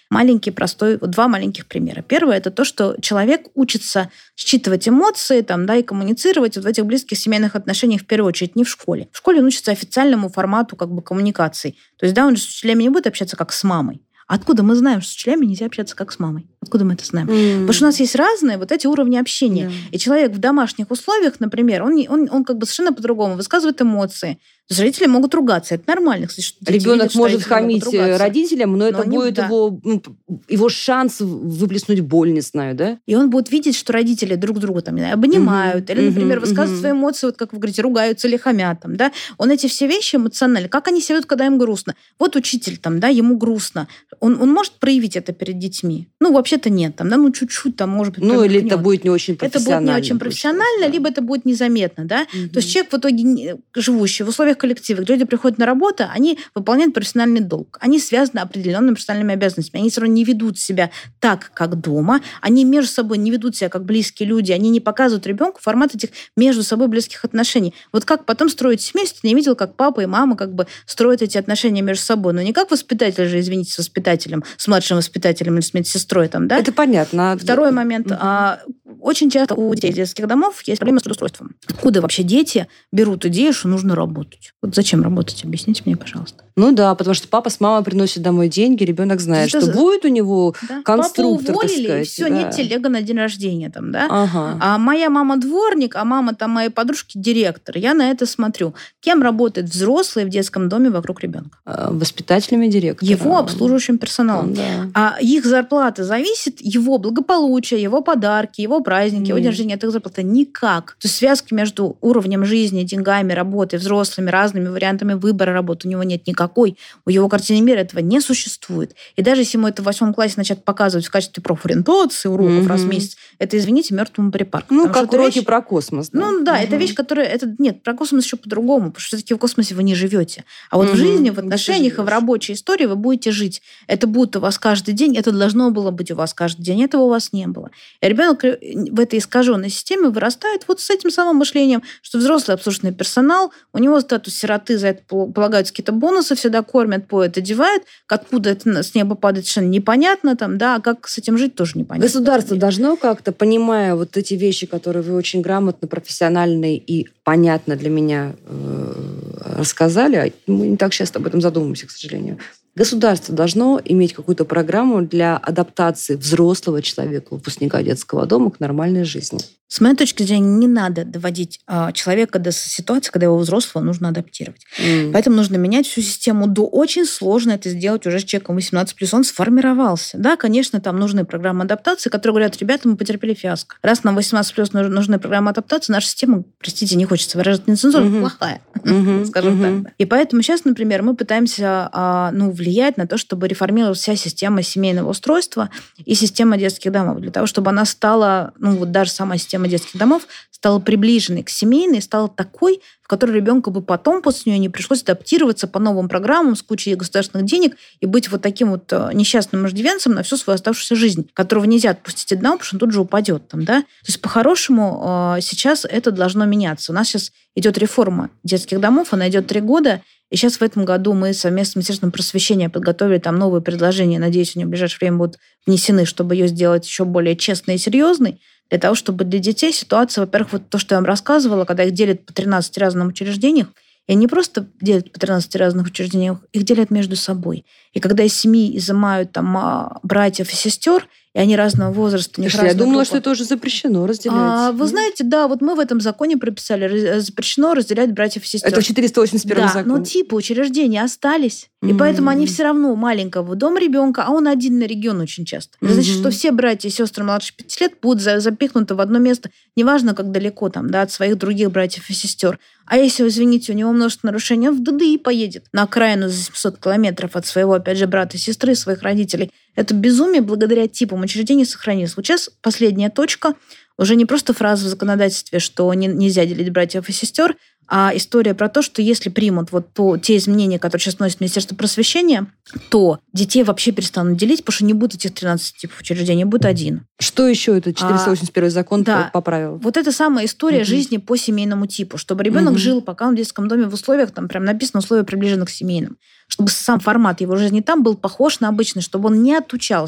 Два маленьких примера. Первое – это то, что человек учится считывать эмоции и коммуницировать в этих близких семейных отношениях в первую очередь не в школе. В школе он учится официальному формату коммуникаций. То есть он же с учителями не будет общаться как с мамой. Откуда мы знаем, что с учителями нельзя общаться как с мамой? Откуда мы это знаем? Потому что у нас есть разные вот эти уровни общения. И человек в домашних условиях, например, он как бы совершенно по-другому высказывает эмоции. То есть родители могут ругаться. Это нормально, кстати, что ребенок может хамить родителям, но это будет его шанс выплеснуть боль, не знаю, да? И он будет видеть, что родители друг друга там, не знаю, обнимают, или, например, высказывают свои эмоции, вот как вы говорите, ругаются или хамят. Там, да? Он эти все вещи эмоциональные, как они себя ведут, когда им грустно. Вот учитель, там, да, ему грустно. Он может проявить это перед детьми? Ну, вообще-то нет. Там, да, ну, чуть-чуть, там, может быть, ну, или это будет не очень профессионально. Это будет не очень профессионально, либо это будет незаметно, да? То есть человек в итоге, живущий в условиях коллектива, где люди приходят на работу, они выполняют профессиональный долг. Они связаны определенными профессиональными обязанностями. Они все равно не ведут себя так, как дома. Они между собой не ведут себя как близкие люди. Они не показывают ребенку формат этих между собой близких отношений. Вот как потом строить семью, если ты не видел, как папа и мама как бы строят эти отношения между собой. Но не как воспитатель же, извините, с воспитателем, с младшим воспитателем или с медсестрой. Там, да? Это понятно. Второй момент. Очень часто у детей детских домов есть проблемы с трудоустройством. Откуда вообще дети берут идею, что нужно работать? Вот зачем работать? Объясните мне, пожалуйста. Ну да, потому что папа с мамой приносят домой деньги, ребенок знает, что будет у него конструктор, папу уволили, так сказать. И все, нет телега на день рождения. Там, да? А моя мама дворник, а мама там моей подружки директор. Я на это смотрю. Кем работает взрослый в детском доме вокруг ребенка? Воспитателями директора. Его обслуживающим персоналом. Да. А их зарплата зависит, его благополучие, его подарки, его праздники, его день рождения от их зарплаты. Никак. То есть связки между уровнем жизни, деньгами, работой, взрослыми, разными вариантами выбора работы у него нет никакой. У его картины мира этого не существует. И даже если ему это в 8 классе начать показывать в качестве профориентации уроков раз в месяц, это, извините, мертвому припарку. Ну, как уроки про космос. Да? Ну, да, это вещь, которая... Нет, про космос еще по-другому, потому что все-таки в космосе вы не живете. А вот в жизни, в отношениях и в рабочей истории вы будете жить. Это будет у вас каждый день, это должно было быть у вас каждый день, этого у вас не было. И ребенок в этой искаженной системе вырастает вот с этим самым мышлением, что взрослый обслуживающий персонал, у него статус сироты, за это полагаются какие-то бонусы, всегда кормят, поят, одевают. Откуда это с неба падает, совершенно непонятно. Там, да, а как с этим жить, тоже непонятно. Государство должно как-то, понимая вот эти вещи, которые вы очень грамотно, профессионально и понятно для меня рассказали, мы не так часто об этом задумываемся, к сожалению. Государство должно иметь какую-то программу для адаптации взрослого человека, выпускника детского дома, к нормальной жизни. С моей точки зрения, не надо доводить человека до ситуации, когда его взрослого нужно адаптировать. Поэтому нужно менять всю систему. Очень сложно это сделать уже с человеком 18+. Он сформировался. Да, конечно, там нужны программы адаптации, которые говорят, ребята, мы потерпели фиаско. Раз нам 18+, нужны программы адаптации, наша система, простите, не хочется выражать нецензурно, плохая, скажем так. И поэтому сейчас, например, мы пытаемся влиять на то, чтобы реформировать вся система семейного устройства и система детских домов, для того, чтобы она стала, даже сама система детских домов стала приближенной к семейной, стала такой, в которой ребенку бы потом после нее не пришлось адаптироваться по новым программам с кучей государственных денег и быть вот таким вот несчастным иждивенцем на всю свою оставшуюся жизнь, которого нельзя отпустить одного, потому что он тут же упадет. Там, да? То есть по-хорошему сейчас это должно меняться. У нас сейчас идет реформа детских домов, она идет 3 года, и сейчас в этом году мы совместно с Министерством просвещения подготовили там новые предложения. Надеюсь, они в ближайшее время будут внесены, чтобы ее сделать еще более честной и серьезной. Для того, чтобы для детей ситуация, во-первых, вот то, что я вам рассказывала, когда их делят по 13 разным учреждениях, и они просто делят по 13 разных учреждениях, их делят между собой. И когда из семьи изымают там братьев и сестер, и они разного возраста. Я думала, что это уже запрещено разделять. Вы знаете, да, вот мы в этом законе прописали, запрещено разделять братьев и сестер. Это в 481 закон. Да, но типа учреждения остались. И поэтому они все равно маленького дома ребенка, а он один на регион очень часто. Это значит, что все братья и сестры младше 5 лет будут запихнуты в одно место, неважно, как далеко там, да, от своих других братьев и сестер. А если, извините, у него множество нарушений, он в ДДИ поедет на окраину за 700 километров от своего, опять же, брата и сестры, своих родителей. Это безумие благодаря типам учреждений сохранилось. Вот сейчас последняя точка. Уже не просто фраза в законодательстве, что нельзя делить братьев и сестер, а история про то, что если примут вот те изменения, которые сейчас вносит Министерство просвещения, то детей вообще перестанут делить, потому что не будет этих 13 типов учреждений, будет один. Что еще этот 481 закон поправил? Вот эта самая история жизни по семейному типу, чтобы ребенок жил, пока он в детском доме в условиях, там прям написано условия, приближенных к семейным, чтобы сам формат его жизни там был похож на обычный, чтобы он не отучался.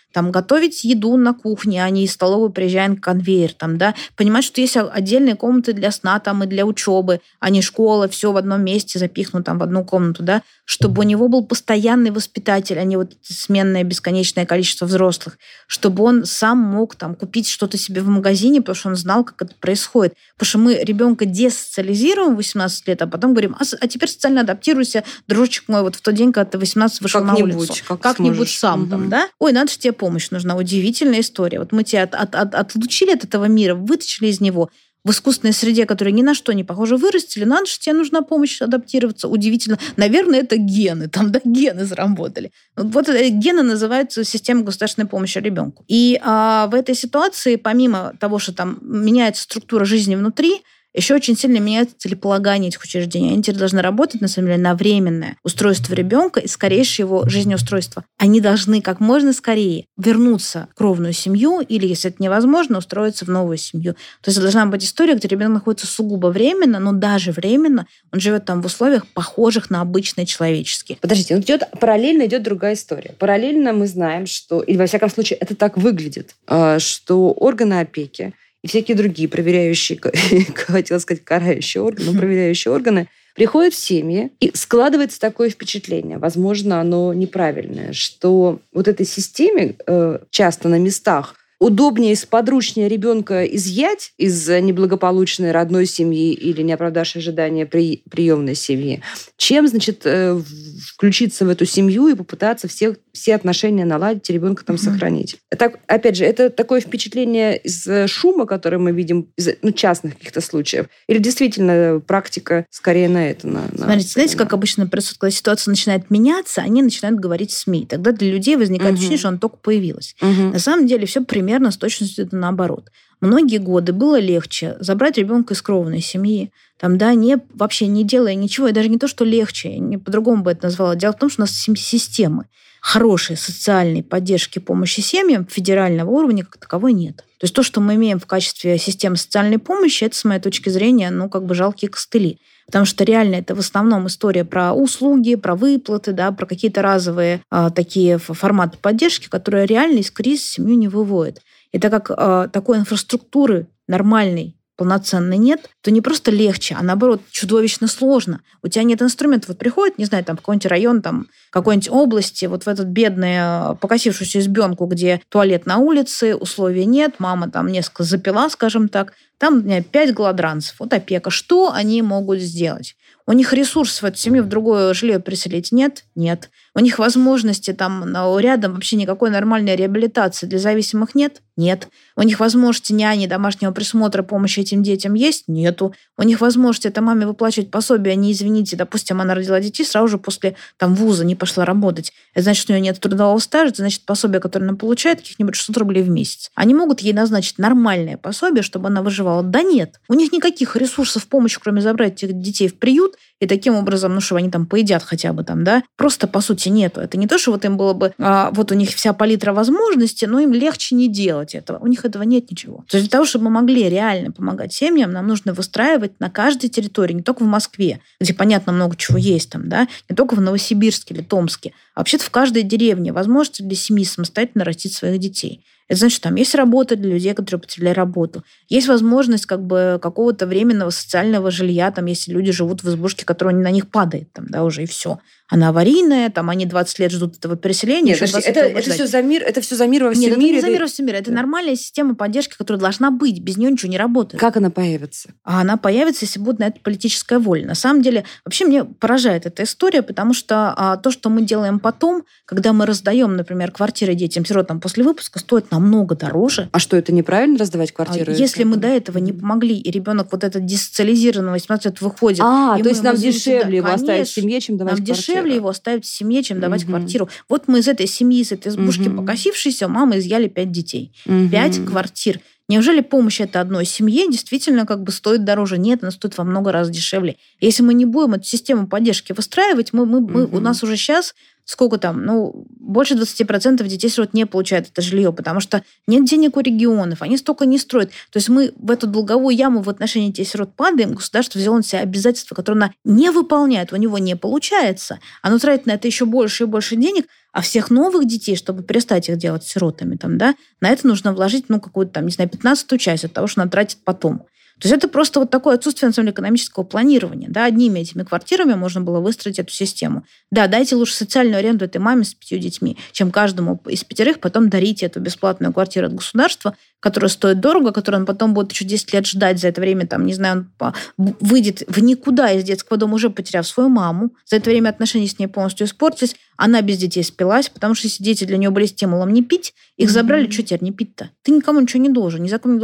там, готовить еду на кухне, а не из столовой приезжая на конвейер, там, да, понимать, что есть отдельные комнаты для сна там, и для учебы, а не школа, все в одном месте запихнуто там, в одну комнату, да, чтобы у него был постоянный воспитатель, а не вот сменное бесконечное количество взрослых, чтобы он сам мог там, купить что-то себе в магазине, потому что он знал, как это происходит. Потому что мы ребенка десоциализируем в 18 лет, а потом говорим, а теперь социально адаптируйся, дружочек мой, вот в тот день, когда ты 18 вышел на улицу. Как-нибудь сам там, да? Ой, надо же тебе помощь нужна. Удивительная история. Вот мы тебя отлучили от этого мира, вытащили из него, в искусственной среде, которая ни на что не похожа, вырастили, надо же, тебе нужна помощь адаптироваться. Удивительно. Наверное, это гены. Там, да, гены заработали. Вот гены называются системой государственной помощи ребенку. И в этой ситуации, помимо того, что там меняется структура жизни внутри, еще очень сильно меняется целеполагание этих учреждений. Они теперь должны работать, на самом деле, на временное устройство ребенка и скорейшее его жизнеустройство. Они должны как можно скорее вернуться в кровную семью или, если это невозможно, устроиться в новую семью. То есть должна быть история, где ребенок находится сугубо временно, но даже временно он живет там в условиях, похожих на обычные человеческие. Подождите, параллельно идет другая история. Параллельно мы знаем, что, или во всяком случае это так выглядит, что органы опеки и всякие другие проверяющие, хотела сказать, карающие органы, но проверяющие органы приходят в семьи, и складывается такое впечатление, возможно, оно неправильное, что вот этой системе часто на местах удобнее и сподручнее ребенка изъять из неблагополучной родной семьи или не оправдавшей ожидания приемной семьи, чем, значит, включиться в эту семью и попытаться все отношения наладить и ребенка там сохранить. Так, опять же, это такое впечатление из шума, которое мы видим из частных каких-то случаев, или действительно практика скорее на это? Смотрите, знаете, как обычно происходит, когда ситуация начинает меняться, они начинают говорить в СМИ. Тогда для людей возникает ощущение, что она только появилась. На самом деле все примерно с точностью наоборот. Многие годы было легче забрать ребенка из кровной семьи, там, да, вообще не делая ничего, и даже не то, что легче, я по-другому бы это назвала. Дело в том, что у нас системы хорошей социальной поддержки, помощи семьям федерального уровня как таковой нет. То есть то, что мы имеем в качестве системы социальной помощи, это, с моей точки зрения, жалкие костыли. Потому что реально это в основном история про услуги, про выплаты, да, про какие-то разовые такие форматы поддержки, которые реально из кризиса семью не выводят. И так как такой инфраструктуры нормальной, полноценной нет, то не просто легче, а наоборот чудовищно сложно. У тебя нет инструментов. Вот приходит, не знаю, там какой-нибудь район, там какой-нибудь области, вот в этот бедную покосившуюся избенку, где туалет на улице, условий нет, мама там несколько запила, скажем так, там 5 голодранцев. Вот опека. Что они могут сделать? У них ресурсов в эту семью в другое жилье переселить нет? Нет. У них возможности там рядом вообще никакой нормальной реабилитации для зависимых нет? Нет. У них возможности няни, домашнего присмотра, помощи этим детям есть? Нету. У них возможности этой маме выплачивать пособие, не извините, допустим, она родила детей, сразу же после вуза не пошла работать. Это значит, что у нее нет трудового стажа, это значит, пособие, которое она получает, каких-нибудь 600 рублей в месяц. Они могут ей назначить нормальное пособие, чтобы она выживала? Да нет. У них никаких ресурсов помощи, кроме забрать этих детей в приют, и таким образом, чтобы они там поедят хотя бы там, да, просто, по сути, нету. Это не то, что вот им было бы, вот у них вся палитра возможностей, но им легче не делать этого. У них этого нет ничего. То есть для того, чтобы мы могли реально помогать семьям, нам нужно выстраивать на каждой территории, не только в Москве, где, понятно, много чего есть там, да, не только в Новосибирске или Томске, а вообще-то в каждой деревне возможность для семьи самостоятельно растить своих детей. Это значит, там есть работа для людей, которые потеряли работу. Есть возможность какого-то временного социального жилья, там, если люди живут в избушке, которая на них падает, там, да, уже и все. Она аварийная, там, они 20 лет ждут этого переселения. Нет, это все за мир, это все за мир во всем мире. Нет, это не за мир во всем мире. Это нормальная система поддержки, которая должна быть. Без нее ничего не работает. Как она появится? А она появится, если будет на это политическая воля. На самом деле, вообще мне поражает эта история, потому что то, что мы делаем потом, когда мы раздаем, например, квартиры детям-сиротам после выпуска, стоит намного дороже. А что, это неправильно раздавать квартиры? Если мы до этого не помогли, и ребенок вот этот десоциализированный 18 лет выходит... то есть нам дешевле его оставить в семье, чем давать квартиру? Нам дешевле его оставить в семье, чем давать квартиру. Вот мы из этой семьи, из этой избушки покосившейся, у мамы изъяли 5 детей. 5 квартир. Неужели помощь этой одной семье действительно стоит дороже? Нет, она стоит во много раз дешевле. Если мы не будем эту систему поддержки выстраивать, у нас уже сейчас больше 20% детей-сирот не получают это жилье, потому что нет денег у регионов, они столько не строят. То есть мы в эту долговую яму в отношении детей-сирот падаем, государство взяло на себя обязательства, которые оно не выполняет, у него не получается. Оно тратит на это еще больше и больше денег, А всех новых детей, чтобы перестать их делать сиротами, там, да, на это нужно вложить, какую-то, там, не знаю, 15-ю часть от того, что она тратит потом. То есть это просто вот такое отсутствие, на самом деле, экономического планирования. Да? Одними этими квартирами можно было выстроить эту систему. Да, дайте лучше социальную аренду этой маме с 5 детьми, чем каждому из 5 потом дарите эту бесплатную квартиру от государства, которая стоит дорого, которую он потом будет еще 10 лет ждать. За это время, там, не знаю, он выйдет в никуда из детского дома, уже потеряв свою маму. За это время отношения с ней полностью испортились. Она без детей спилась, потому что если дети для нее были стимулом не пить, их забрали, что теперь не пить-то? Ты никому ничего не должен, ни о ком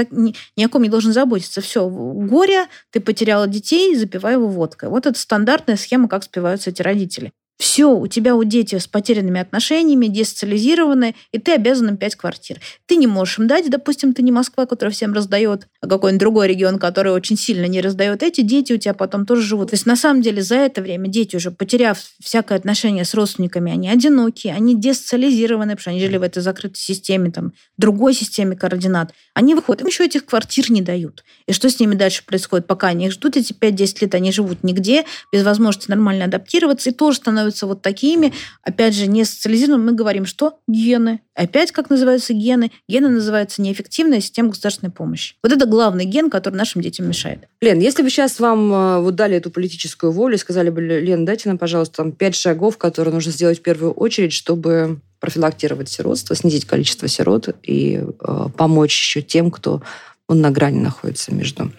не должен заботиться. Все, горе, ты потеряла детей, запивай его водкой. Вот это стандартная схема, как спиваются эти родители. Все, у тебя дети с потерянными отношениями, десоциализированные, и ты обязан им 5 квартир. Ты не можешь им дать, допустим, ты не Москва, которая всем раздает, а какой-нибудь другой регион, который очень сильно не раздает. Эти дети у тебя потом тоже живут. То есть на самом деле за это время дети, уже потеряв всякое отношение с родственниками, они одинокие, они десоциализированы, потому что они жили в этой закрытой системе, там, другой системе координат. Они выходят, им еще этих квартир не дают. И что с ними дальше происходит? Пока они их ждут, эти 5-10 лет они живут нигде, без возможности нормально адаптироваться, и тоже становятся вот такими, опять же, не социализированными. Мы говорим, что гены. Опять как называются гены? Гены называются неэффективная система государственной помощи. Вот это главный ген, который нашим детям мешает. Лен, если бы сейчас вам вот дали эту политическую волю и сказали бы, Лен, дайте нам, пожалуйста, 5 шагов, которые нужно сделать в первую очередь, чтобы профилактировать сиротство, снизить количество сирот и помочь еще тем, кто на грани находится между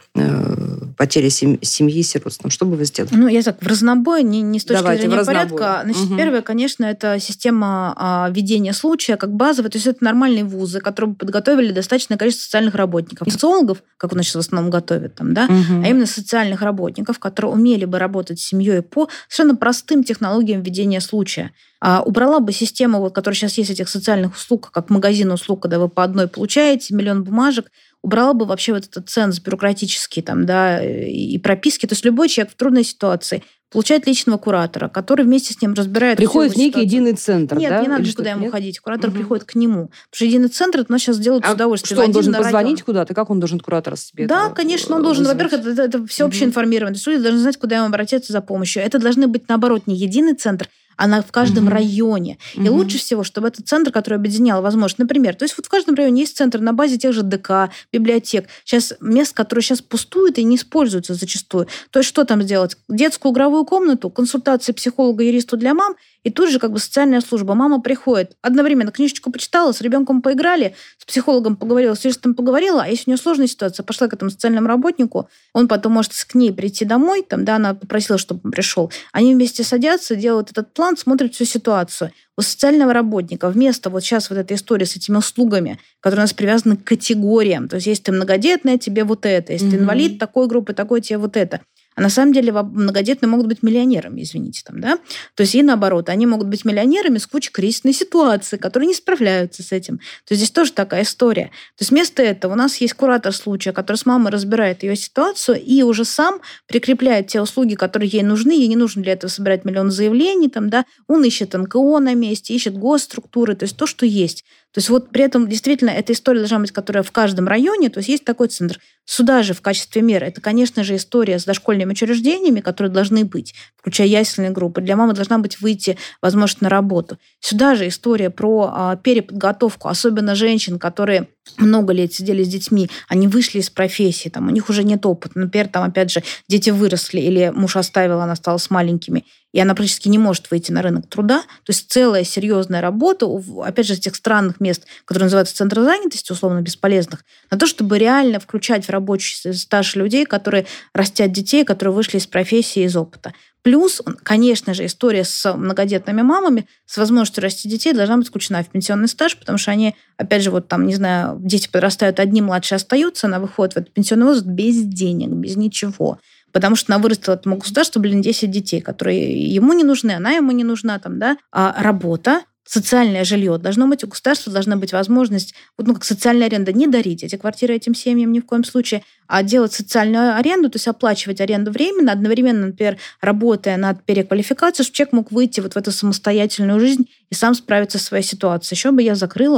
потерей семьи и сиротством. Что бы вы сделали? Я так, в разнобой, не с точки зрения порядка. Значит, первое, конечно, это система ведения случая как базовая. То есть это нормальные вузы, которые подготовили достаточное количество социальных работников. Не социологов, как у нас сейчас в основном готовят, там, да, а именно социальных работников, которые умели бы работать с семьей по совершенно простым технологиям ведения случая. Убрала бы систему, которая сейчас есть этих социальных услуг, как магазин услуг, когда вы по одной получаете, миллион бумажек, убрала бы вообще вот этот ценз бюрократический там, да, и прописки. То есть любой человек в трудной ситуации получает личного куратора, который вместе с ним разбирает... Приходит в некий единый центр, Нет, да? не надо никуда ему ходить. Куратор приходит к нему. Потому что единый центр это у нас сейчас делают с удовольствием. Что, он должен позвонить куда-то? Как он должен куратора себе? Да, конечно, он должен. Во-первых, это всеобщая информированность. Люди должны знать, куда им обратиться за помощью. Это должны быть, наоборот, не единый центр, она в каждом районе. И лучше всего, чтобы этот центр, который объединял возможность, например, то есть вот в каждом районе есть центр на базе тех же ДК, библиотек. Сейчас мест, которые сейчас пустуют и не используются зачастую. То есть что там сделать? Детскую игровую комнату, консультации психолога-юристу для мам, и тут же социальная служба. Мама приходит, одновременно книжечку почитала, с ребенком поиграли, с психологом поговорила, с юристом поговорила, а если у нее сложная ситуация, пошла к этому социальному работнику, он потом может к ней прийти домой, там, да, она попросила, чтобы он пришел. Они вместе садятся, делают этот план, смотрят всю ситуацию. У социального работника вместо вот сейчас вот этой истории с этими услугами, которые у нас привязаны к категориям, то есть если ты многодетная, тебе вот это, если ты инвалид такой группы, такой тебе вот это. А на самом деле многодетные могут быть миллионерами, извините, там, да? То есть и наоборот, они могут быть миллионерами с кучей кризисной ситуации, которые не справляются с этим. То есть здесь тоже такая история. То есть вместо этого у нас есть куратор случая, который с мамой разбирает ее ситуацию и уже сам прикрепляет те услуги, которые ей нужны. Ей не нужно для этого собирать миллион заявлений, там, да? Он ищет НКО на месте, ищет госструктуры, то есть то, что есть. То есть вот при этом действительно эта история должна быть, которая в каждом районе, то есть есть такой центр. Сюда же в качестве меры это, конечно же, история с дошкольными учреждениями, которые должны быть, включая ясельные группы. Для мамы должна быть выйти, возможно, на работу. Сюда же история про переподготовку, особенно женщин, которые много лет сидели с детьми, они вышли из профессии, там, у них уже нет опыта. Например, там, опять же, дети выросли, или муж оставил, она стала с маленькими, и она практически не может выйти на рынок труда. То есть целая серьезная работа, опять же, с тех странных мест, которые называются центры занятости, условно бесполезных, на то, чтобы реально включать в рабочий стаж людей, которые растят детей, которые вышли из профессии, из опыта. Плюс, конечно же, история с многодетными мамами с возможностью расти детей должна быть включена в пенсионный стаж, потому что они, опять же, вот там, не знаю, дети подрастают, одни младшие остаются, она выходит в этот пенсионный возраст без денег, без ничего. Потому что она вырастила этому государству, 10 детей, которые ему не нужны, она ему не нужна, там, да, а работа, социальное жилье должно быть, у государства должна быть возможность, как социальная аренда, не дарить эти квартиры этим семьям ни в коем случае, а делать социальную аренду, то есть оплачивать аренду временно, одновременно, например, работая над переквалификацией, чтобы человек мог выйти вот в эту самостоятельную жизнь и сам справиться со своей ситуацией. Еще бы я закрыла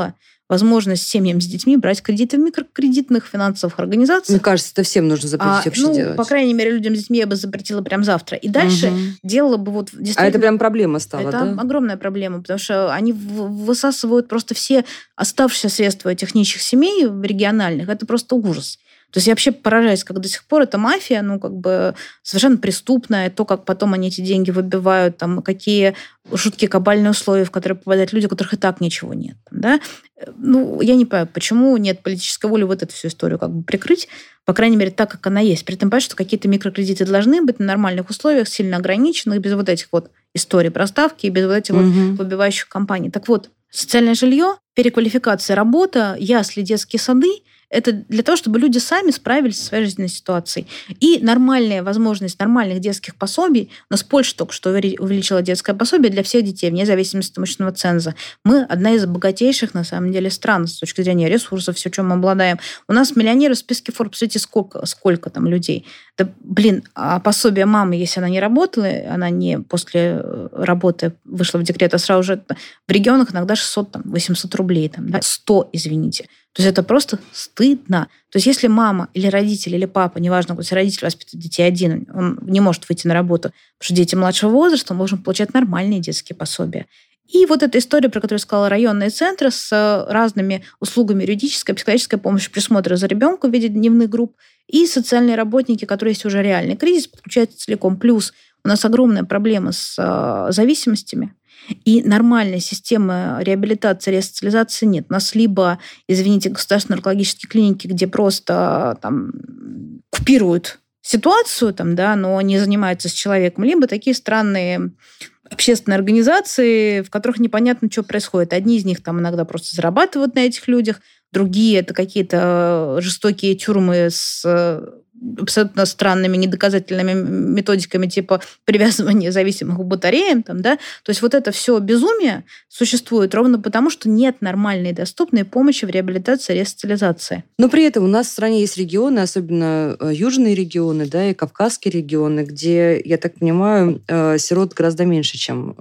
возможность семьям с детьми брать кредиты в микрокредитных финансовых организациях. Мне кажется, это всем нужно запретить вообще делать. По крайней мере, людям с детьми я бы запретила прям завтра. И дальше делала бы вот действительно... А это прям проблема стала, это да? огромная проблема, потому что они высасывают просто все оставшиеся средства этих нищих семей региональных. Это просто ужас. То есть я вообще поражаюсь, как до сих пор эта мафия, совершенно преступная, то, как потом они эти деньги выбивают, там, какие жуткие кабальные условия, в которые попадают люди, у которых и так ничего нет. Да? Я не понимаю, почему нет политической воли вот эту всю историю прикрыть, по крайней мере, так, как она есть. При этом понять, что какие-то микрокредиты должны быть на нормальных условиях, сильно ограниченных, без вот этих вот историй про ставки и без вот этих вот выбивающих компаний. Так вот, социальное жилье, переквалификация, работа, ясли, детские сады – это для того, чтобы люди сами справились со своей жизненной ситуацией. И нормальная возможность нормальных детских пособий. У нас Польша только что увеличила детское пособие для всех детей, вне зависимости от имущественного ценза. Мы одна из богатейших, на самом деле, стран с точки зрения ресурсов, все, чем мы обладаем. У нас миллионеры в списке Forbes. Смотрите, сколько там людей. Да, а пособие мамы, если она не работала, она не после работы вышла в декрет, а сразу же в регионах иногда 600, 800 рублей, 100, извините. То есть это просто стыдно. То есть если мама или родитель, или папа, неважно, если родитель воспитывает детей один, он не может выйти на работу, потому что дети младшего возраста, он должен получать нормальные детские пособия. И вот эта история, про которую я сказала, районные центры с разными услугами юридической, психологической помощи, присмотра за ребенком в виде дневных групп, и социальные работники, которые есть уже реальный кризис, подключаются целиком. Плюс у нас огромная проблема с зависимостями, и нормальной системы реабилитации, ресоциализации нет. У нас либо, извините, государственные наркологические клиники, где просто купируют ситуацию, но не занимаются с человеком, либо такие странные общественные организации, в которых непонятно, что происходит. Одни из них иногда просто зарабатывают на этих людях, другие – это какие-то жестокие тюрьмы с абсолютно странными недоказательными методиками типа привязывания зависимых к батареям. То есть вот это все безумие существует ровно потому, что нет нормальной доступной помощи в реабилитации и ресоциализации. Но при этом у нас в стране есть регионы, особенно южные регионы, и кавказские регионы, где, я так понимаю, сирот гораздо меньше, чем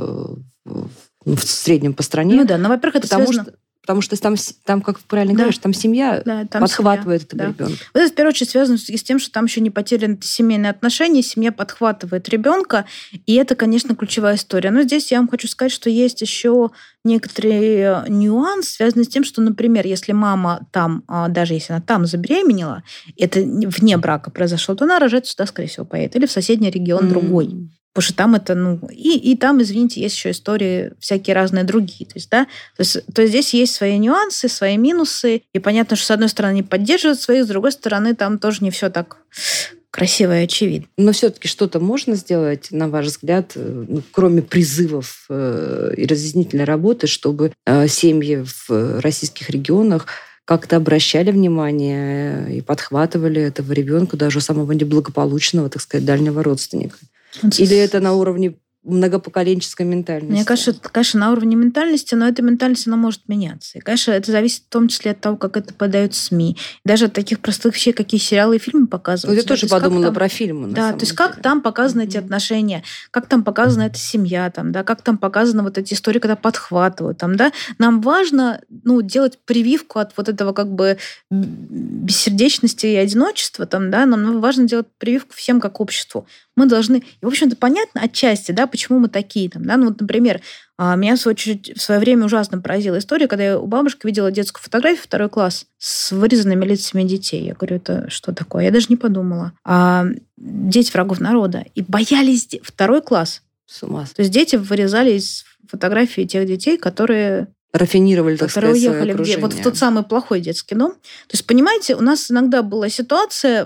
в среднем по стране. Но, во-первых, это связано... Потому что там, как правильно говоришь, там семья подхватывает этого ребенка. Вот это, в первую очередь, связано с тем, что там еще не потеряны семейные отношения, семья подхватывает ребенка, и это, конечно, ключевая история. Но здесь я вам хочу сказать, что есть еще некоторый нюанс, связанный с тем, что, например, если мама там, даже если она там забеременела, это вне брака произошло, то она рожать сюда, скорее всего, поедет. Или в соседний регион другой. Потому что там это, и там, извините, есть еще истории всякие разные другие. То есть здесь есть свои нюансы, свои минусы. И понятно, что с одной стороны они поддерживают своих, с другой стороны там тоже не все так красиво и очевидно. Но все-таки что-то можно сделать, на ваш взгляд, кроме призывов и разъяснительной работы, чтобы семьи в российских регионах как-то обращали внимание и подхватывали этого ребенка, даже самого неблагополучного, так сказать, дальнего родственника? Или это на уровне многопоколенческой ментальности? Мне кажется, это, конечно, на уровне ментальности, но эта ментальность, она может меняться. И, конечно, это зависит в том числе от того, как это подают СМИ. Даже от таких простых вещей, какие сериалы и фильмы показывают. Я тоже подумала про фильмы. Да, то есть как там показаны эти отношения, как там показана эта семья, как там показаны вот эти истории, когда подхватывают. Нам важно делать прививку от вот этого бессердечности и одиночества. Нам важно делать прививку всем как обществу. Мы должны... И, в общем-то, понятно отчасти, почему мы такие. Например, меня, в свое время ужасно поразила история, когда я у бабушки видела детскую фотографию, 2 класс, с вырезанными лицами детей. Я говорю, это что такое? Я даже не подумала. Дети врагов народа. И боялись... 2 класс. С ума. То есть дети вырезали из фотографии тех детей, которые... Рафинировали, так сказать, уехали вот в тот самый плохой детский дом. То есть, понимаете, у нас иногда была ситуация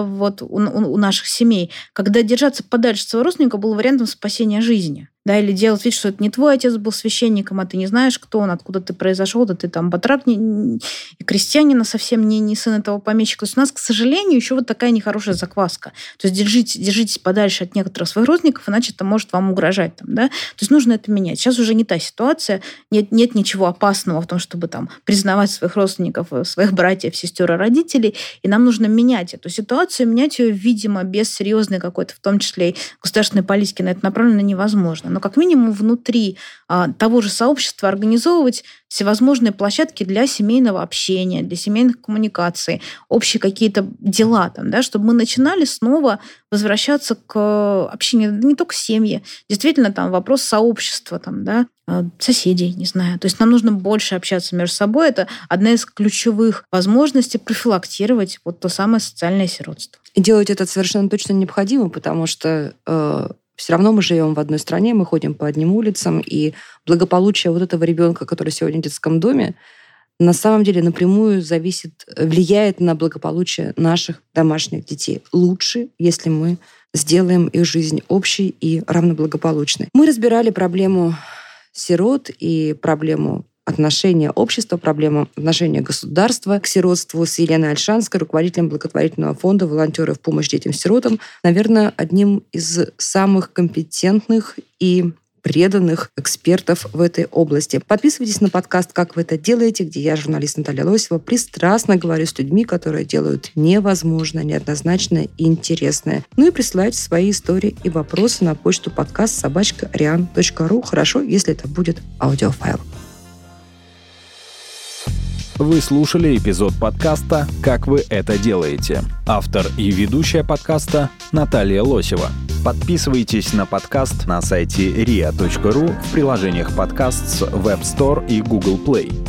у наших семей, когда держаться подальше от своего родственника был вариантом спасения жизни. Или делать вид, что это не твой отец был священником, а ты не знаешь, кто он, откуда ты произошел, да ты батрак и крестьянин, совсем не сын этого помещика. То есть у нас, к сожалению, еще такая нехорошая закваска. То есть держитесь подальше от некоторых своих родственников, иначе это может вам угрожать. То есть нужно это менять. Сейчас уже не та ситуация, нет ничего опасного в том, чтобы признавать своих родственников, своих братьев, сестер и родителей, и нам нужно менять эту ситуацию, менять ее, видимо, без серьезной какой-то, в том числе и государственной политики на это направлено невозможно. обязательно, но как минимум внутри того же сообщества организовывать всевозможные площадки для семейного общения, для семейных коммуникаций, общие какие-то дела, там, да, чтобы мы начинали снова возвращаться к общению, не только семьи, действительно там вопрос сообщества, там, да, соседей, не знаю. То есть нам нужно больше общаться между собой. Это одна из ключевых возможностей профилактировать вот то самое социальное сиротство. И делать это совершенно точно необходимо, потому что все равно мы живем в одной стране, мы ходим по одним улицам, и благополучие вот этого ребенка, который сегодня в детском доме, на самом деле напрямую влияет на благополучие наших домашних детей. Лучше, если мы сделаем их жизнь общей и равноблагополучной. Мы разбирали проблему сирот и проблему отношения общества, проблему отношения государства к сиротству с Еленой Ольшанской, руководителем благотворительного фонда «Волонтеры в помощь детям-сиротам». Наверное, одним из самых компетентных и преданных экспертов в этой области. Подписывайтесь на подкаст «Как вы это делаете», где я, журналист Наталья Лосева, пристрастно говорю с людьми, которые делают невозможное, неоднозначное и интересное. Ну и присылайте свои истории и вопросы на почту podcast@rian.ru. Хорошо, если это будет аудиофайл. Вы слушали эпизод подкаста «Как вы это делаете». Автор и ведущая подкаста Наталья Лосева. Подписывайтесь на подкаст на сайте ria.ru, в приложениях подкаст с Web Store и Google Play.